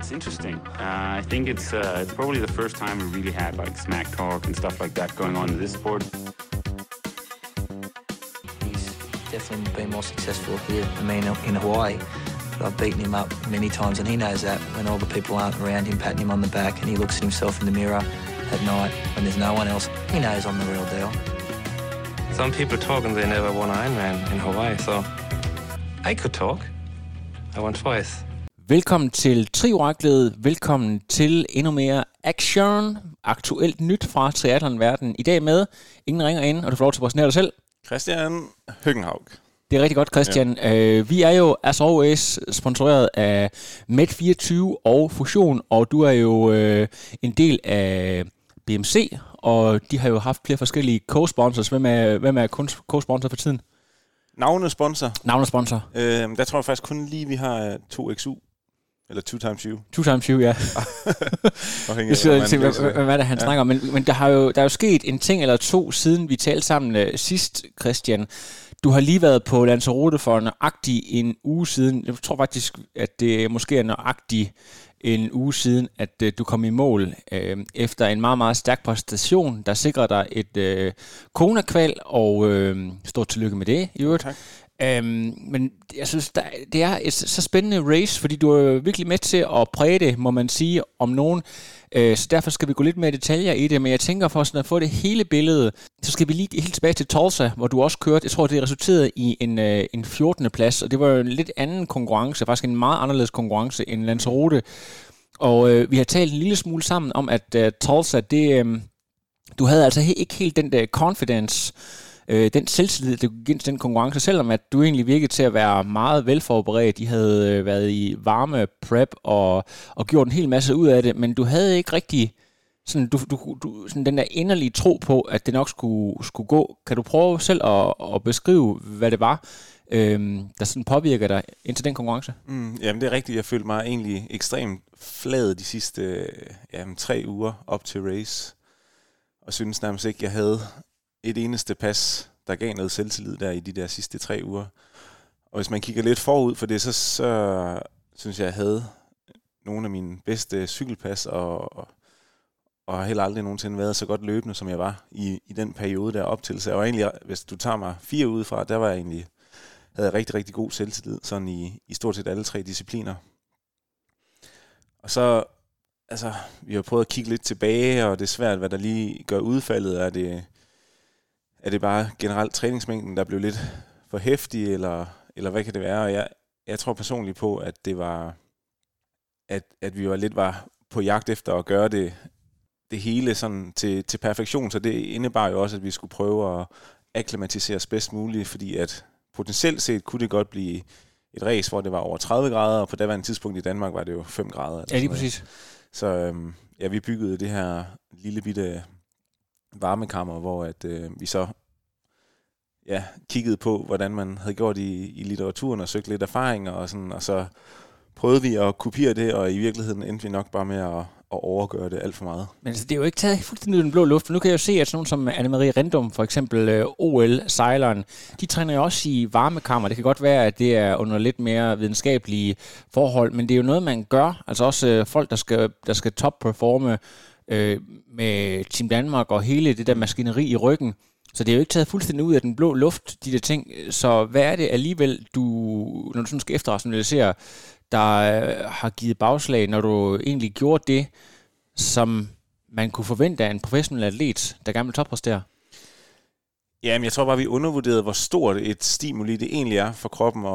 It's interesting. I think it's probably the first time we really had like smack talk and stuff like that going on in this sport. He's definitely been more successful here than me in Hawaii. But I've beaten him up many times, and he knows that when all the people aren't around him patting him on the back and he looks at himself in the mirror at night when there's no one else, he knows I'm the real deal. Some people talk and they never won Ironman in Hawaii, so I could talk. I won twice. Velkommen til Trioraklet. Velkommen til endnu mere action. Aktuelt nyt fra triathlon-verdenen. I dag med ingen ringer ind, og du får lov til at præsentere dig selv. Christian Høgenhaug. Det er rigtig godt, Christian. Ja. Vi er jo, as always, sponsoreret af Med24 og Fusion, og du er jo en del af BMC, og de har jo haft flere forskellige co-sponsors. Hvem er kun co-sponsor for tiden? Navnesponsor. Der tror jeg faktisk kun lige, vi har 2XU. Eller 2xU. 2xU, ja. Hvad er det, han snakker om? Men der er jo sket en ting eller to, siden vi talte sammen sidst, Christian. Du har lige været på Lanzarote for nøjagtig en uge siden. Jeg tror faktisk, at det måske er nøjagtig en uge siden, at du kom i mål efter en meget, meget stærk præstation, der sikrer dig et Kona-kval, og stort tillykke med det i øvrigt. Tak. Men jeg synes, det er et så spændende race, fordi du er virkelig med til at præge det, må man sige, om nogen. Så derfor skal vi gå lidt mere detaljer i det, men jeg tænker for sådan at få det hele billede, så skal vi lige helt tilbage til Tulsa, hvor du også kørte. Jeg tror, det resulterede i en 14. plads, og det var jo en lidt anden konkurrence, faktisk en meget anderledes konkurrence end Lanzarote. Og vi har talt en lille smule sammen om, at Tulsa, du havde altså ikke helt den der confidence, den selvtillid, der gik ind til den konkurrence, selvom at du egentlig virkede til at være meget velforberedt. De havde været i varme prep og gjort en hel masse ud af det, men du havde ikke rigtig sådan, sådan den der inderlige tro på, at det nok skulle gå. Kan du prøve selv at beskrive, hvad det var, der sådan påvirker dig ind til den konkurrence? Jamen det er rigtigt. Jeg følte mig egentlig ekstremt flad de sidste 3 uger op til race, og synes nærmest ikke, jeg havde et eneste pas, der gav noget selvtillid der i de der sidste 3 uger. Og hvis man kigger lidt forud for det, så synes jeg havde nogle af mine bedste cykelpas, og har heller aldrig nogensinde været så godt løbende, som jeg var i den periode der op til. Så jeg var egentlig, hvis du tager mig 4 udefra, der var jeg egentlig, havde jeg rigtig, rigtig god selvtillid, sådan i stort set alle 3 discipliner. Og så, altså, vi har prøvet at kigge lidt tilbage, og det er svært, hvad der lige gør udfaldet. Er det bare generelt træningsmængden, der blev lidt for heftig, eller hvad kan det være? Og jeg tror personligt på, at det var, at vi var på jagt efter at gøre det hele sådan til perfektion, så det indebar jo også, at vi skulle prøve at akklimatisere os bedst muligt, fordi at potentielt set kunne det godt blive et race, hvor det var over 30 grader, og på daværende tidspunkt i Danmark var det jo 5 grader. Ja, lige præcis. Så vi byggede det her lille bitte varmekammer, hvor vi så kiggede på, hvordan man havde gjort i litteraturen og søgte lidt erfaringer og sådan, og så prøvede vi at kopiere det, og i virkeligheden endte vi nok bare med at overgøre det alt for meget. Men altså, det er jo ikke taget fuldstændig ud den blå luft, for nu kan jeg jo se, at sådan nogen som Anne-Marie Rindum, for eksempel OL-sejleren, de træner jo også i varmekammer. Det kan godt være, at det er under lidt mere videnskabelige forhold, men det er jo noget, man gør. Altså også folk, der skal top-performe med Team Danmark og hele det der maskineri i ryggen. Så det er jo ikke taget fuldstændig ud af den blå luft, de der ting. Så hvad er det alligevel, når du sådan skal efterrationalisere, der har givet bagslag, når du egentlig gjorde det, som man kunne forvente af en professionel atlet, der gerne vil toppræstere? Jamen, jeg tror bare, vi undervurderede, hvor stort et stimuli det egentlig er for kroppen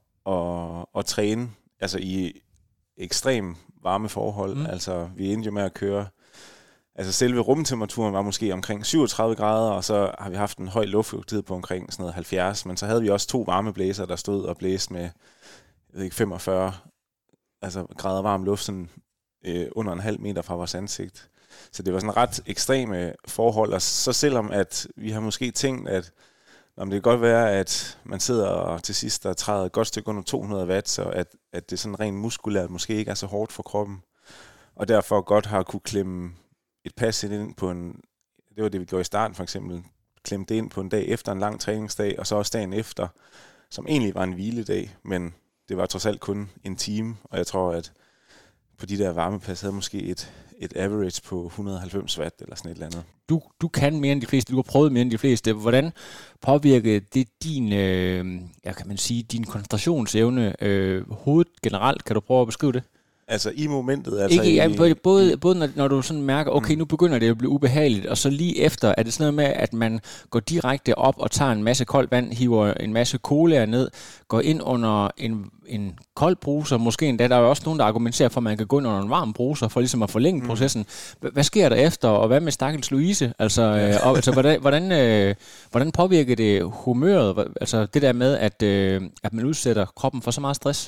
at træne, altså i ekstrem varme forhold. Altså, vi endte jo med at køre. Altså selve rumtemperaturen var måske omkring 37 grader, og så har vi haft en høj luftfugtighed på omkring sådan noget 70, men så havde vi også 2 varmeblæser, der stod og blæste med 45 grader varm luft sådan, under en halv meter fra vores ansigt. Så det var sådan ret ekstreme forhold, og så selvom at vi har måske tænkt, at det kan godt være, at man sidder og til sidst der træder et godt stykke under 200 watt, så at det sådan rent muskulært måske ikke er så hårdt for kroppen, og derfor godt har kunne klemme et pas ind på det var det vi gjorde i starten for eksempel, klemme det ind på en dag efter en lang træningsdag, og så også dagen efter, som egentlig var en hviledag, men det var trods alt kun en time, og jeg tror, at på de der varmepas havde måske et average på 190 watt eller sådan et eller andet. Du kan mere end de fleste, du har prøvet mere end de fleste. Hvordan påvirker det din, kan man sige, din koncentrationsevne hovedet generelt? Kan du prøve at beskrive det? Altså i momentet? Altså ikke, både når du sådan mærker, okay, nu begynder det at blive ubehageligt, og så lige efter, er det sådan noget med, at man går direkte op og tager en masse koldt vand, hiver en masse cola ned, går ind under en kold bruser, måske endda, der er jo også nogen, der argumenterer for, at man kan gå ind under en varm bruser, for ligesom at forlænge processen. Hvad sker der efter, og hvad med stakkels Louise? Altså, hvordan påvirker det humøret? Altså det der med, at man udsætter kroppen for så meget stress?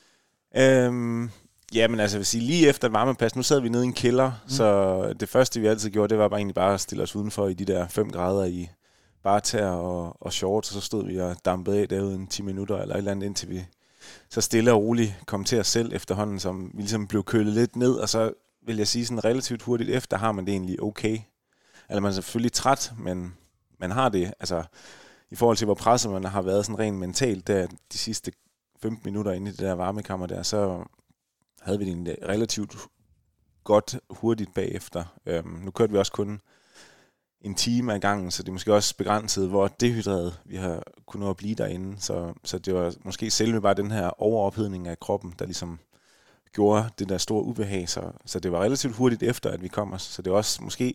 Jamen altså, jeg vil sige, lige efter varmepas, nu sad vi nede i en kælder, så det første, vi altid gjorde, det var egentlig bare at stille os udenfor i de der 5 grader i bartær og shorts, og så stod vi og dampede af derude en 10 minutter eller et eller andet, indtil vi så stille og roligt kom til os selv efterhånden, som vi ligesom blev kølet lidt ned, og så vil jeg sige, sådan relativt hurtigt efter har man det egentlig okay. Altså man er selvfølgelig træt, men man har det, altså i forhold til, hvor presset man har været sådan rent mentalt, der de sidste 15 minutter inde i det der varmekammer der, så havde vi det relativt godt hurtigt bagefter. Nu kørte vi også kun en time ad gangen, så det er måske også begrænset, hvor dehydreret vi har kunnet nå at blive derinde. Så det var måske selve bare den her overophedning af kroppen, der ligesom gjorde det der store ubehag. Så det var relativt hurtigt efter, at vi kom os. Så det var også måske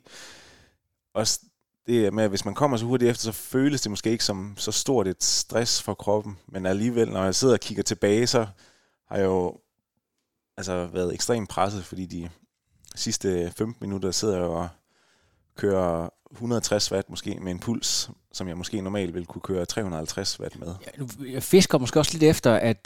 også det med, at hvis man kommer så hurtigt efter, så føles det måske ikke som så stort et stress for kroppen. Men alligevel, når jeg sidder og kigger tilbage, så har jeg jo været ekstremt presset, fordi de sidste 15 minutter sidder jeg og kører 160 watt måske med en puls, som jeg måske normalt ville kunne køre 350 watt med. Ja, jeg fisker måske også lidt efter, at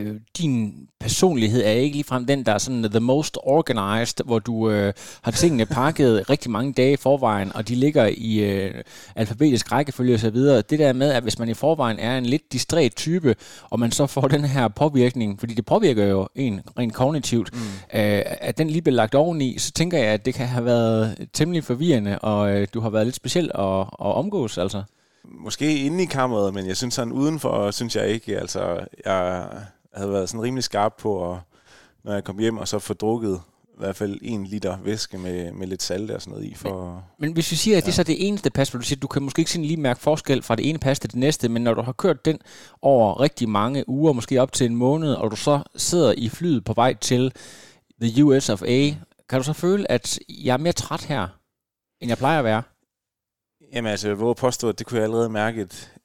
din personlighed er ikke ligefrem den, der er sådan the most organized, hvor du har tingene pakket rigtig mange dage i forvejen, og de ligger i alfabetisk rækkefølge og så videre. Det der med, at hvis man i forvejen er en lidt distræt type, og man så får den her påvirkning, fordi det påvirker jo en rent kognitivt, at den lige bliver lagt oveni, så tænker jeg, at det kan have været temmelig forvirrende, og du har været lidt speciel at omgås, altså. Måske inde i kammeret, men jeg synes sådan udenfor, synes jeg ikke. Altså, jeg havde været sådan rimelig skarp på, når jeg kom hjem og så få drukket i hvert fald 1 liter væske med lidt salt og sådan noget i. Men hvis vi siger, at det er så det eneste pas, hvor du siger, du kan måske ikke sådan lige mærke forskel fra det ene pas til det næste, men når du har kørt den over rigtig mange uger, måske op til en måned, og du så sidder i flyet på vej til the US of A, kan du så føle, at jeg er mere træt her, end jeg plejer at være? Jamen altså, jeg våger påstå, at det kunne jeg allerede mærke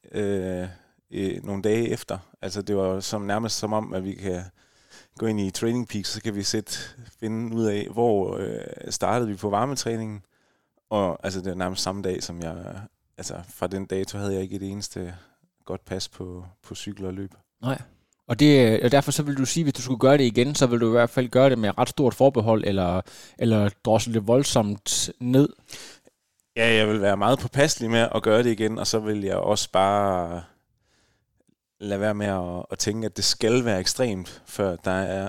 nogle dage efter. Altså det var nærmest som om, at vi kan gå ind i Training Peaks, så kan vi finde ud af, hvor startede vi på varmetræningen. Og altså det er nærmest samme dag, som jeg, altså fra den dato havde jeg ikke et eneste godt pas på cykel og løb. Nej. Og derfor så vil du sige, hvis du skulle gøre det igen, så vil du i hvert fald gøre det med ret stort forbehold, eller drossle det voldsomt ned? Ja, jeg vil være meget påpasselig med at gøre det igen, og så vil jeg også bare lade være med at tænke, at det skal være ekstremt, før der er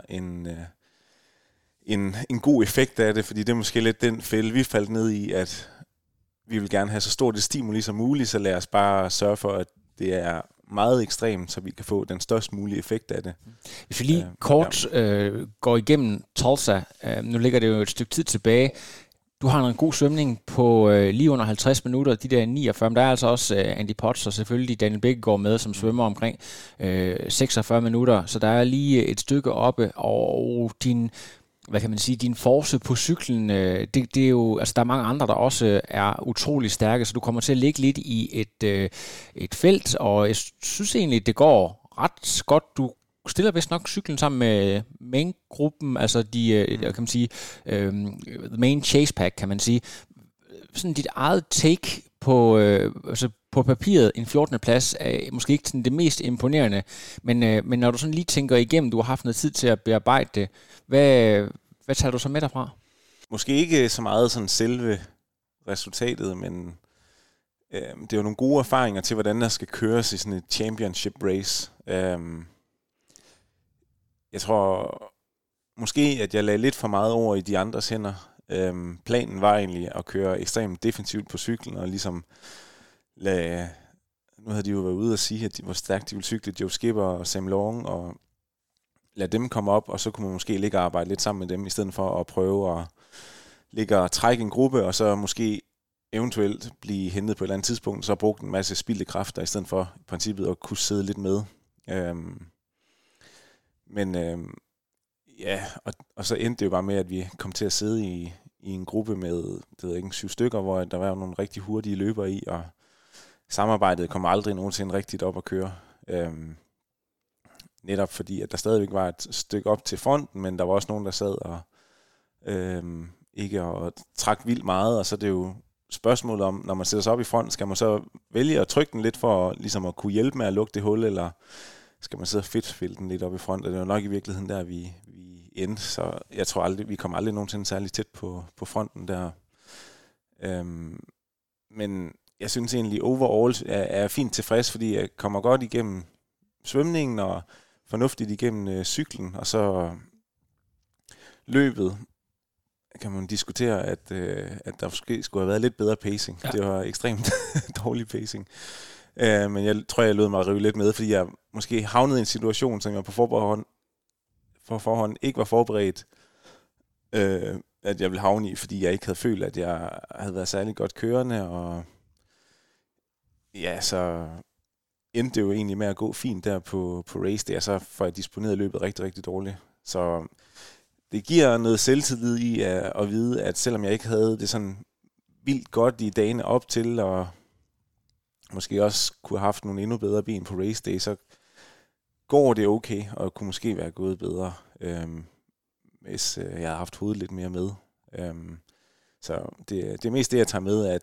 en god effekt af det, fordi det er måske lidt den fælde, vi faldt ned i, at vi vil gerne have så stort et stimuli som muligt, så lad os bare sørge for, at det er meget ekstremt, så vi kan få den størst mulige effekt af det. Hvis vi lige kort går igennem Tulsa, nu ligger det jo et stykke tid tilbage. Du har en god svømning på lige under 50 minutter, de der 49. Der er altså også Andy Potts og selvfølgelig Daniel Bækkegaard med, som svømmer omkring 46 minutter. Så der er lige et stykke oppe, og din force på cyklen, det er jo, altså der er mange andre, der også er utrolig stærke, så du kommer til at ligge lidt i et felt, og jeg synes egentlig, det går ret godt. Du stiller vist nok cyklen sammen med main-gruppen, altså kan man sige, the main chase pack, kan man sige. Sådan dit eget take på papiret, en 14. plads, er måske ikke sådan det mest imponerende, men når du sådan lige tænker igennem, du har haft noget tid til at bearbejde det, hvad tager du så med derfra? Måske ikke så meget sådan selve resultatet, men det er jo nogle gode erfaringer til, hvordan der skal køres i sådan et championship race. Jeg tror måske, at jeg lagde lidt for meget over i de andres hænder. Planen var egentlig at køre ekstremt defensivt på cyklen, og ligesom nu havde de jo været ude og sige, hvor stærkt de ville cykle, Joe Skipper og Sam Long, og lade dem komme op, og så kunne man måske ligge og arbejde lidt sammen med dem, i stedet for at prøve at ligge og trække en gruppe, og så måske eventuelt blive hentet på et eller andet tidspunkt, så brugt en masse spildte kræfter, i stedet for i princippet at kunne sidde lidt med. Og så endte det jo bare med, at vi kom til at sidde i en gruppe med, det ved jeg ikke, 7 stykker, hvor der var nogle rigtig hurtige løbere i, og samarbejdet kom aldrig nogensinde rigtigt op at køre. Netop fordi, at der stadigvæk var et stykke op til fronten, men der var også nogen, der sad og ikke og trak vildt meget, og så er det jo spørgsmålet om, når man sætter sig op i front, skal man så vælge at trykke den lidt for ligesom at kunne hjælpe med at lukke det hul, eller skal man sidde og fedtfælde den lidt op i front, og det var nok i virkeligheden der, vi endte, så jeg tror aldrig, vi kom aldrig nogensinde særlig tæt på fronten der. Men jeg synes egentlig, overall er fint tilfreds, fordi jeg kommer godt igennem svømningen, og fornuftigt igennem cyklen, og så løbet, kan man diskutere, at der måske skulle have været lidt bedre pacing. Ja. Det var ekstremt dårlig pacing. Men jeg tror, jeg lød mig rive lidt med, fordi jeg måske havnede i en situation, som jeg på forhånd ikke var forberedt, at jeg ville havne i, fordi jeg ikke havde følt, at jeg havde været særlig godt kørende, og ja, så endte det jo egentlig med at gå fint der på race day, og så får jeg disponeret løbet rigtig, rigtig dårligt. Så det giver noget selvtillid i at vide, at selvom jeg ikke havde det sådan vildt godt i dagene op til, og måske også kunne have haft nogle endnu bedre ben på race day, så går det okay, og kunne måske være gået bedre, hvis jeg havde haft hovedet lidt mere med. Så det er mest det, jeg tager med,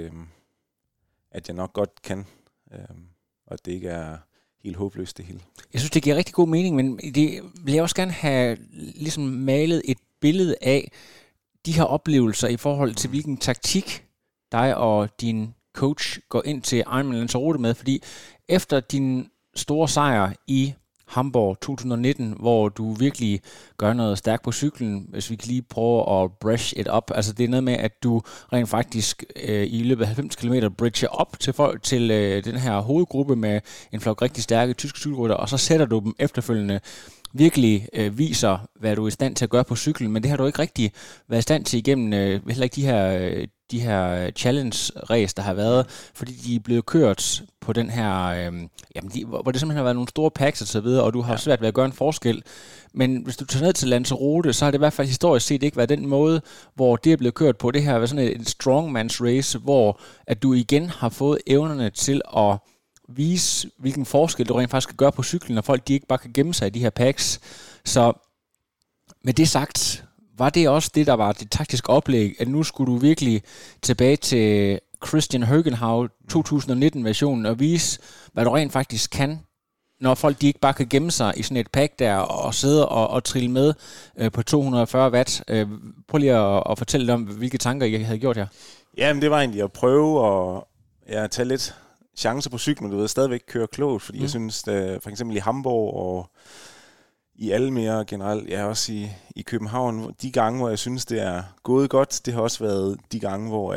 at jeg nok godt kan, og det ikke er helt håbløst det hele. Jeg synes, det giver rigtig god mening, men det vil jeg også gerne have ligesom malet et billede af de her oplevelser i forhold til, hvilken taktik dig og din coach går ind til Ironman Lanzarote med, fordi efter din store sejr i Hamburg 2019, hvor du virkelig gør noget stærkt på cyklen, hvis vi kan lige prøve at brush it up. Altså det er noget med, at du rent faktisk i løbet af 90 km bridger op til den her hovedgruppe med en flok rigtig stærke tyske cykelrytter, og så sætter du dem efterfølgende virkelig viser, hvad du er i stand til at gøre på cyklen, men det har du ikke rigtig været i stand til igennem heller ikke de her challenge-race, der har været, fordi de er blevet kørt på den her, hvor det simpelthen har været nogle store packs og så videre, og du har svært ved at gøre en forskel. Men hvis du tager ned til Lanzarote, så har det i hvert fald historisk set ikke været den måde, hvor det er blevet kørt på. Det her har været sådan et strongmans race, hvor at du igen har fået evnerne til at vise, hvilken forskel du rent faktisk kan gøre på cyklen, og folk de ikke bare kan gemme sig i de her packs. Så med det sagt, var det også det, der var det taktiske oplæg, at nu skulle du virkelig tilbage til Christian Høgenhaug 2019-versionen og vise, hvad du rent faktisk kan, når folk de ikke bare kan gemme sig i sådan et pack der og sidde og trille med på 240 watt. Prøv lige at fortælle lidt om, hvilke tanker I havde gjort her. Jamen, det var egentlig at prøve at tage lidt chancer på cyklen, men du ved, stadigvæk køre klogt, fordi jeg synes, for eksempel i Hamburg og i Almere generelt, jeg også i København, de gange, hvor jeg synes, det er gået godt, det har også været de gange, hvor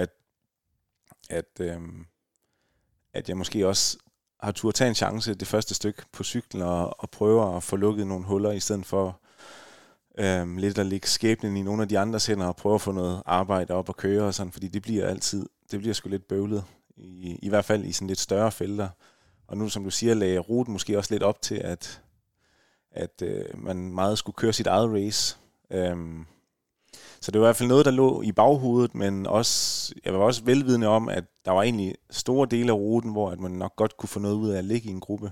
at jeg måske også har turde tage en chance det første stykke på cyklen og prøve at få lukket nogle huller, i stedet for lidt at lægge skæbnen i nogle af de andres hænder og prøve at få noget arbejde op og køre og sådan, fordi det bliver sgu lidt bøvlet, i hvert fald i sådan lidt større felter. Og nu, som du siger, lagde ruten måske også lidt op til, at man meget skulle køre sit eget race. Så det var i hvert fald noget, der lå i baghovedet, men også, jeg var også velvidende om, at der var egentlig store dele af ruten, hvor at man nok godt kunne få noget ud af at ligge i en gruppe.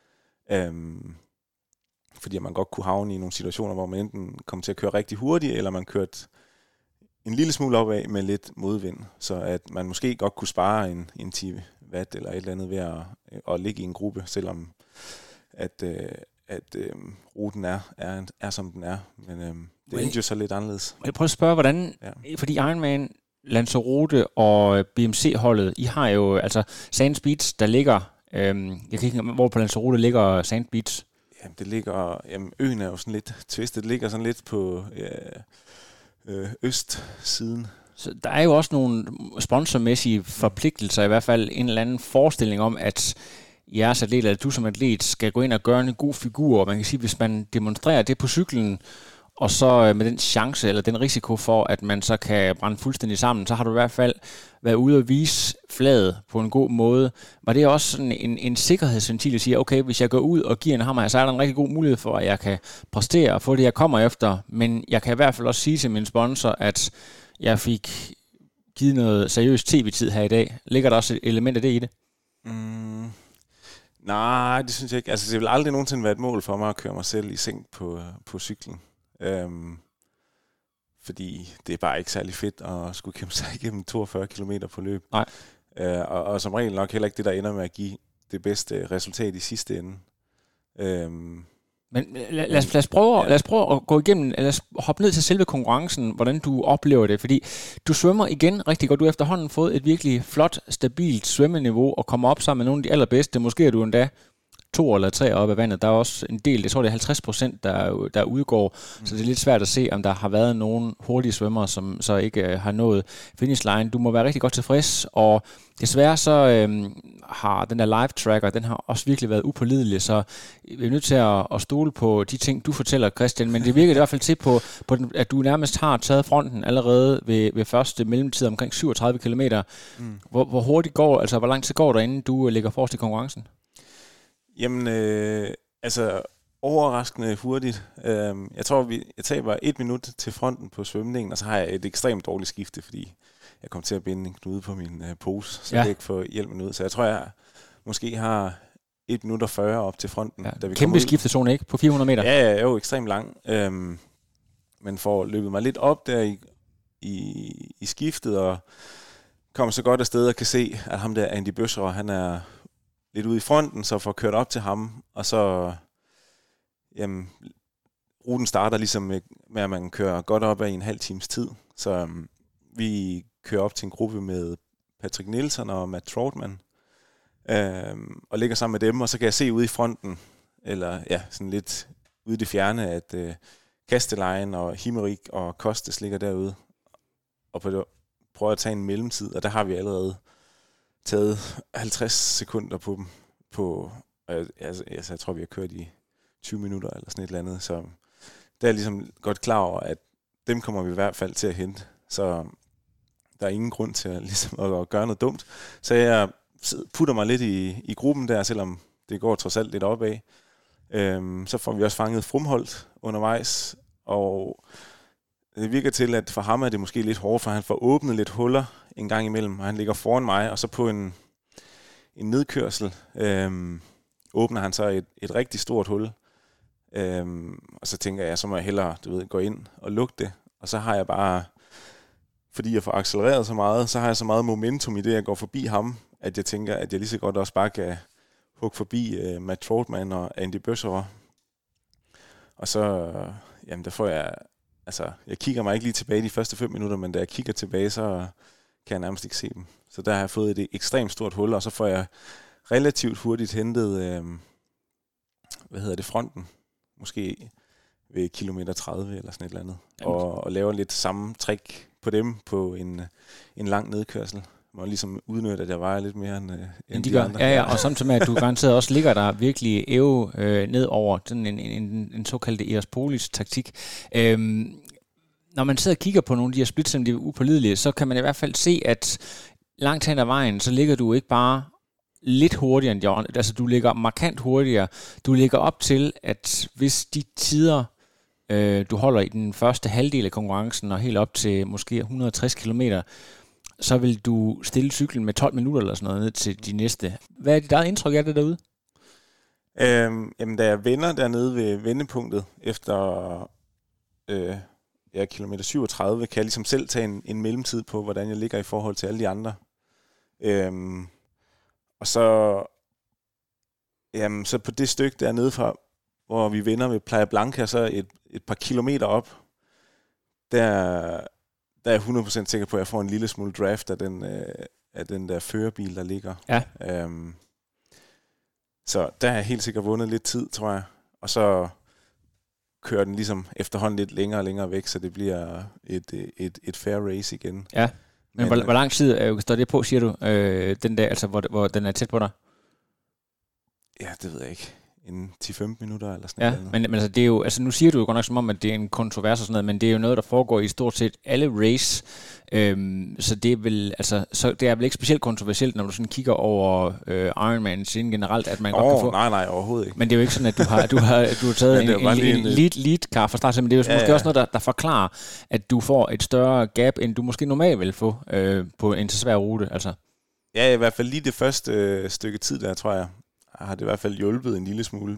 Fordi man godt kunne havne i nogle situationer, hvor man enten kom til at køre rigtig hurtigt, eller man kørte en lille smule opad med lidt modvind. Så at man måske godt kunne spare en 10 watt eller et eller andet ved at ligge i en gruppe, selvom at ruten er som den er. Men det endte jo så lidt anderledes. Jeg prøver at spørge, hvordan, fordi Ironman, Lanzarote og BMC-holdet, I har jo altså Sands Beach, der ligger, jeg kan ikke hvor på Lanzarote ligger Sands Beach. Jamen, det ligger, øen er jo sådan lidt twistet, det ligger sådan lidt på østsiden. Så der er jo også nogle sponsormæssige forpligtelser, i hvert fald en eller anden forestilling om, at jeres atlet, eller du som atlet, skal gå ind og gøre en god figur, og man kan sige, hvis man demonstrerer det på cyklen, og så med den chance, eller den risiko for, at man så kan brænde fuldstændig sammen, så har du i hvert fald været ude og vise flaget på en god måde. Var det også sådan en sikkerhedsventil, at sige, okay, hvis jeg går ud og giver en hammer, så er der en rigtig god mulighed for, at jeg kan præstere og få det, jeg kommer efter, men jeg kan i hvert fald også sige til min sponsor, at jeg fik givet noget seriøst tv-tid her i dag. Ligger der også et element af det i det? Nej, det synes jeg ikke. Altså, det vil aldrig nogensinde være et mål for mig at køre mig selv i sænk på cyklen. Fordi det er bare ikke særlig fedt at skulle kæmpe sig igennem 42 km på løb. Nej. Og som regel nok heller ikke det, der ender med at give det bedste resultat i sidste ende. Men lad os prøve at gå igennem, lad os hoppe ned til selve konkurrencen, hvordan du oplever det, fordi du svømmer igen rigtig godt. Du har efterhånden fået et virkelig flot, stabilt svømmeniveau og kommer op sammen med nogle af de allerbedste. Måske er du endda 2 eller 3 op af vandet. Der er også en del, jeg tror det er 50%, der udgår, så det er lidt svært at se, om der har været nogen hurtige svømmere, som så ikke har nået finish line. Du må være rigtig godt tilfreds, og desværre så har den der live tracker, den har også virkelig været upålidelig, så vi er nødt til at stole på de ting, du fortæller, Christian, men det virker i hvert fald til på at du nærmest har taget fronten allerede ved første mellemtid omkring 37 km. Hvor hurtigt går, altså hvor lang tid går der, inden du ligger forrest i konkurrencen? Jamen, altså overraskende hurtigt. Jeg tror, jeg taber 1 minut til fronten på svømningen, og så har jeg et ekstremt dårligt skifte, fordi jeg kom til at binde en knude på min pose, så jeg kan ikke få hjelmen ud. Så jeg tror, jeg måske har 1 minut og 40 op til fronten. Ja. Da vi kæmpe skiftezone, ikke? På 400 meter? Ja, jo ekstremt lang. Men får løbet mig lidt op der i skiftet, og kom så godt afsted og kan se, at ham der Andy Bøsser, han er lidt ude i fronten, så får kørt op til ham, og så ruten starter ligesom med, at man kører godt op af i en halv times tid. Så vi kører op til en gruppe med Patrick Nielsen og Matt Troutman, og ligger sammen med dem, og så kan jeg se ude i fronten, eller sådan lidt ude i det fjerne, at Kastelein og Himmerik og Kostes ligger derude, og prøver at tage en mellemtid, og der har vi allerede taget 50 sekunder på dem. Jeg tror, vi har kørt i 20 minutter eller sådan et eller andet. Så der er ligesom godt klar over, at dem kommer vi i hvert fald til at hente. Så der er ingen grund til ligesom at gøre noget dumt. Så jeg putter mig lidt i gruppen der, selvom det går trods alt lidt opad. Så får vi også fanget Frumholdt undervejs, og det virker til, at for ham er det måske lidt hårdt, for han får åbnet lidt huller en gang imellem, og han ligger foran mig, og så på en nedkørsel åbner han så et rigtig stort hul. Og så tænker jeg, så må jeg hellere gå ind og lukke det. Og så har jeg bare, fordi jeg får accelereret så meget, så har jeg så meget momentum i det, jeg går forbi ham, at jeg tænker, at jeg lige så godt også bare kan hugge forbi Matt Troutman og Andy Bøsser. Og så, der får jeg, jeg kigger mig ikke lige tilbage de første 5 minutter, men da jeg kigger tilbage, så kan jeg nærmest ikke se dem. Så der har jeg fået et ekstremt stort hul, og så får jeg relativt hurtigt hentet, fronten. Måske ved kilometer 30 eller sådan et eller andet. Og laver lidt samme trick på dem på en lang nedkørsel. Man ligesom udnytte, at jeg vejer lidt mere end de andre. Ja, og samtidig med, at du garanteret også ligger der virkelig ned over sådan en såkaldte Erspolis-taktik. Når man sidder og kigger på nogle af de her splits, som de er upålidelige, så kan man i hvert fald se, at langt hen ad vejen, så ligger du ikke bare lidt hurtigere end de andre. Altså, du ligger markant hurtigere. Du ligger op til, at hvis de tider, du holder i den første halvdel af konkurrencen, og helt op til måske 160 kilometer, så vil du stille cyklen med 12 minutter eller sådan noget ned til de næste. Hvad er dit eget indtryk af det derude? Da jeg vender dernede ved vendepunktet efter kilometer 37, kan jeg ligesom selv tage en mellemtid på, hvordan jeg ligger i forhold til alle de andre. Og så på det stykke dernede fra, hvor vi vender ved Playa Blanca, så et par kilometer op, der er jeg 100% sikker på, at jeg får en lille smule draft af den der førerbil, der ligger. Ja. Så der har jeg helt sikkert vundet lidt tid, tror jeg. Og så kører den ligesom efterhånden lidt længere og længere væk, så det bliver et fair race igen. Ja, men hvor lang tid står det på, siger du, den der, altså hvor den er tæt på dig? det ved jeg ikke, en 10-15 minutter eller sådan noget. Men altså, det er jo, altså nu siger du jo godt nok som om, at det er en kontrovers og sådan noget, men det er jo noget, der foregår i stort set alle race. Så det er vel, altså, så det er vel ikke specielt kontroversielt, når du sådan kigger over Ironman siden generelt, at man godt kan få... Nej, overhovedet ikke. Men det er jo ikke sådan, at du har taget en lead car fra start, men det er jo måske også noget, der forklarer, at du får et større gap, end du måske normalt vil få på en så svær rute, altså. Ja, i hvert fald lige det første stykke tid der, tror jeg, har det i hvert fald hjulpet en lille smule,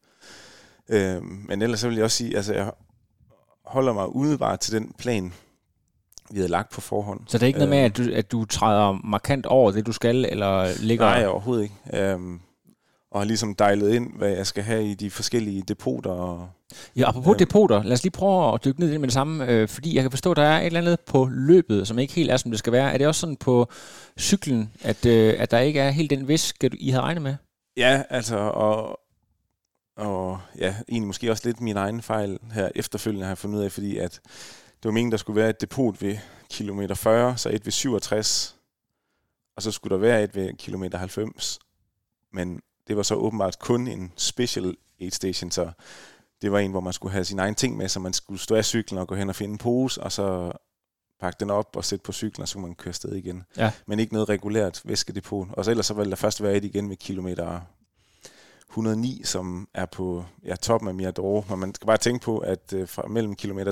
men ellers så vil jeg også sige, altså jeg holder mig umiddelbart til den plan, vi havde lagt på forhånd. Så det er ikke noget med, at du træder markant over det, du skal, eller ligger... Nej, overhovedet ikke. Og har ligesom dejlet ind, hvad jeg skal have i de forskellige depoter. Ja, apropos depoter, lad os lige prøve at dykke ned i det med det samme, fordi jeg kan forstå, at der er et eller andet på løbet, som ikke helt er, som det skal være. Er det også sådan på cyklen, at der ikke er helt den væske, I havde regnet med? Ja, altså, og ja, egentlig måske også lidt min egen fejl her efterfølgende har jeg fundet ud af, fordi at det var meningen, der skulle være et depot ved kilometer 40, så et ved 67, og så skulle der være et ved kilometer 90, men det var så åbenbart kun en special aid station, så det var en, hvor man skulle have sine egne ting med, så man skulle stå af cyklen og gå hen og finde en pose, og så pakke den op og sætte på cyklen, og så kunne man køre afsted igen. Ja. Men ikke noget regulært væskedepot. Og så ellers så ville der først være et igen ved kilometer 109, som er på toppen af Mirador. Men man skal bare tænke på, at fra mellem kilometer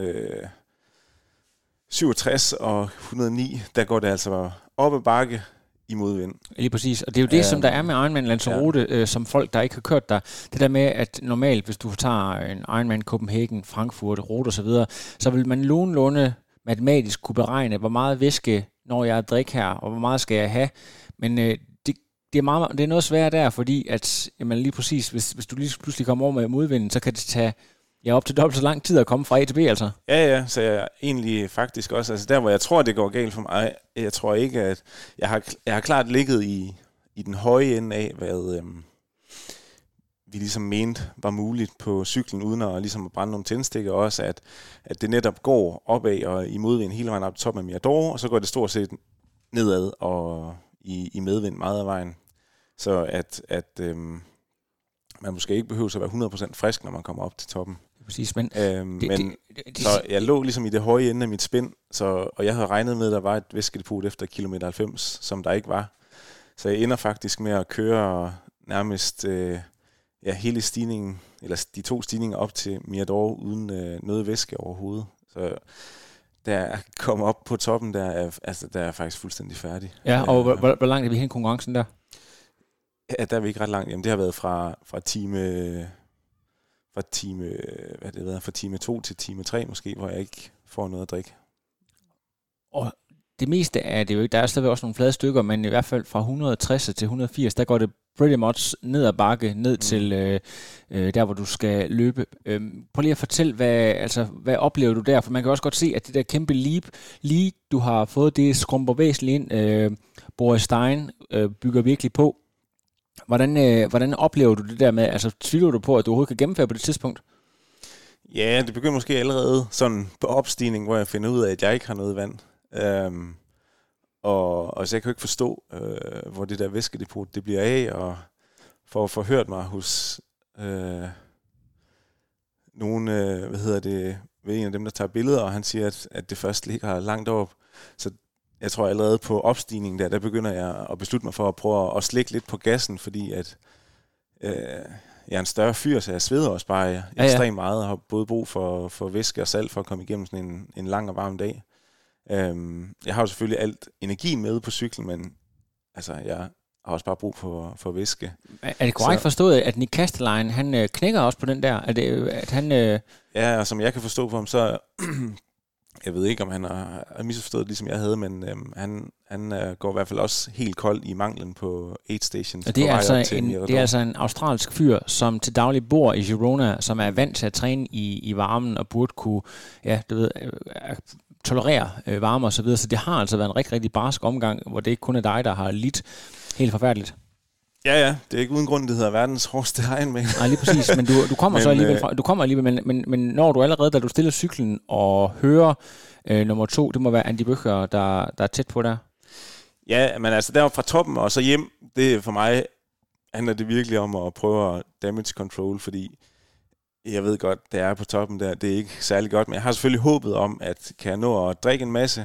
67 og 109, der går det altså op ad bakke i modvind. Lige præcis, og det er jo det, som der er med Ironman Lanzarote, som folk, der ikke har kørt der. Det der med, at normalt, hvis du tager en Ironman Copenhagen, Frankfurt, rute og så videre, så vil man nogenlunde matematisk kunne beregne, hvor meget væske når jeg drikker her, og hvor meget skal jeg have. Men det er noget sværere der, fordi at jamen, lige præcis, hvis du lige pludselig kommer over med modvinden, så kan det tage op til dobbelt så lang tid at komme fra A til B, altså. Ja, så jeg egentlig faktisk også, altså der, hvor jeg tror, det går galt for mig, jeg tror ikke, at jeg har klart ligget i den høje ende af, hvad vi ligesom mente var muligt på cyklen, uden at ligesom brænde nogle tændstikker, også at det netop går opad og i modvind hele vejen op til toppen af Mirador, og så går det stort set nedad og i medvind meget af vejen. Så at man måske ikke behøver at være 100% frisk, når man kommer op til toppen. Præcis, men så jeg lå ligesom i det høje ende af mit spind, og jeg havde regnet med, at der var et væskedepot efter kilometer 90, som der ikke var. Så jeg ender faktisk med at køre nærmest hele stigningen, eller de 2 stigninger op til Mirador, uden noget væske overhovedet. Så da jeg kom op på toppen, der er jeg faktisk fuldstændig færdig. Ja, og hvor langt er vi hen i konkurrencen der? Ja, der er vi ikke ret langt. Jamen, det har været fra time 2 til time 3 måske, hvor jeg ikke får noget at drikke. Og det meste er det jo ikke. Der er stadigvæk også nogle flade stykker, men i hvert fald fra 160 til 180, der går det pretty much ned ad bakke, ned til der, hvor du skal løbe. Prøv lige at fortælle, hvad oplever du der? For man kan også godt se, at det der kæmpe lead, du har fået, det skrumper væsentligt ind. Boris Stein bygger virkelig på. Hvordan oplever du det der med, altså tvivler du på, at du overhovedet kan gennemføre på det tidspunkt? Ja, det begynder måske allerede sådan på opstigning, hvor jeg finder ud af, at jeg ikke har noget vand. Og så jeg kan jo ikke forstå, hvor det der væskedepot det bliver af, og for at få hørt mig hos nogen, ved en af dem, der tager billeder, og han siger, at det først ligger langt op. Så jeg tror allerede på opstigningen der begynder jeg at beslutte mig for at prøve at slikke lidt på gassen, fordi at jeg er en større fyr, så jeg sveder også bare ekstremt meget, og har både brug for væske og salt for at komme igennem sådan en lang og varm dag. Jeg har jo selvfølgelig alt energien med på cyklen, men altså, jeg har også bare brug for væske. Er det korrekt forstået, at Nick Kastelein, han knækker også på den der? Er det, at han... Ja, og som jeg kan forstå på ham, så... Jeg ved ikke, om han har misforstået det, ligesom jeg havde, men han går i hvert fald også helt kold i manglen på aid stations. Og det er altså en australsk fyr, som til daglig bor i Girona, som er vant til at træne i varmen og burde kunne, tolerere varme og så videre. Så det har altså været en rigtig, rigtig barsk omgang, hvor det ikke kun er dig, der har lidt helt forfærdeligt. Ja, det er ikke uden grund, det hedder verdens hårdeste Ironman. Nej, lige præcis, men du kommer så alligevel fra, du kommer alligevel, men når du allerede, da du stiller cyklen og hører nummer 2, det må være Andy Bøcher, der er tæt på der. Ja, men altså deroppe fra toppen og så hjem, det er for mig handler det virkelig om at prøve at damage control, fordi jeg ved godt, det er på toppen der, det er ikke særlig godt, men jeg har selvfølgelig håbet om, at kan jeg nå at drikke en masse,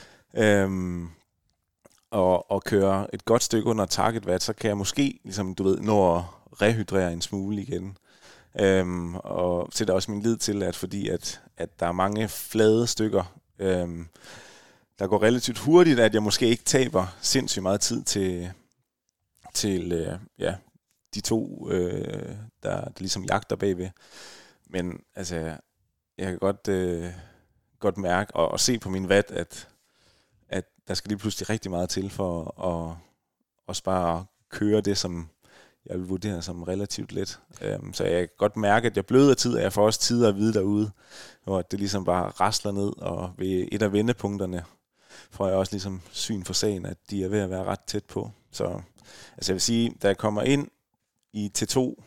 og køre et godt stykke under target watt, så kan jeg måske, ligesom du ved, nå at rehydrere en smule igen. Og sætter også min lid til, at fordi at der er mange flade stykker, der går relativt hurtigt, at jeg måske ikke taber sindssygt meget tid til de to, der ligesom jagter bagved. Men altså, jeg kan godt mærke og se på min watt, at der skal lige pludselig rigtig meget til for at også bare køre det, som jeg vil vurdere som relativt let. Så jeg kan godt mærke, at jeg bløder tid, og jeg får også tid at vide derude, hvor det ligesom bare rasler ned, og ved et af vendepunkterne får jeg også ligesom syn for sagen, at de er ved at være ret tæt på. Så altså jeg vil sige, da jeg kommer ind i T2,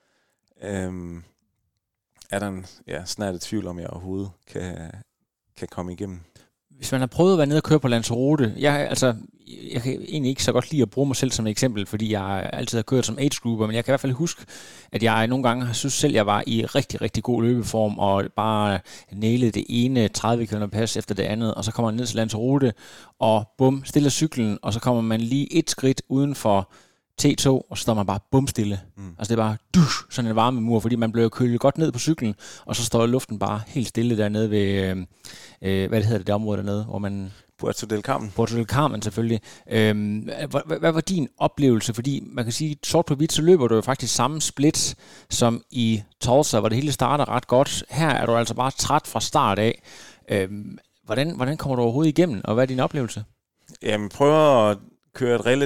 er der snart et tvivl om, jeg overhovedet kan komme igennem. Hvis man har prøvet at være nede og køre på Lanzarote, jeg kan egentlig ikke så godt lide at bruge mig selv som et eksempel, fordi jeg altid har kørt som age grouper, men jeg kan i hvert fald huske, at jeg nogle gange har synes selv, jeg var i rigtig, rigtig god løbeform, og bare nailede det ene 30 km pas efter det andet, og så kommer man ned til Lanzarote, og bum, stiller cyklen, og så kommer man lige et skridt uden for T2, og så står man bare bumstille. Altså det er bare sådan en varmemur, fordi man bliver kølet godt ned på cyklen, og så står luften bare helt stille dernede ved, hvad det hedder det område dernede, hvor man... Puerto del Carmen. Puerto del Carmen selvfølgelig. Hvad var din oplevelse? Fordi man kan sige, sort på hvidt, så løber du jo faktisk samme split som i Tulsa, hvor det hele starter ret godt. Her er du altså bare træt fra start af. Hvordan kommer du overhovedet igennem, og hvad er din oplevelse? Jamen, prøver at køre et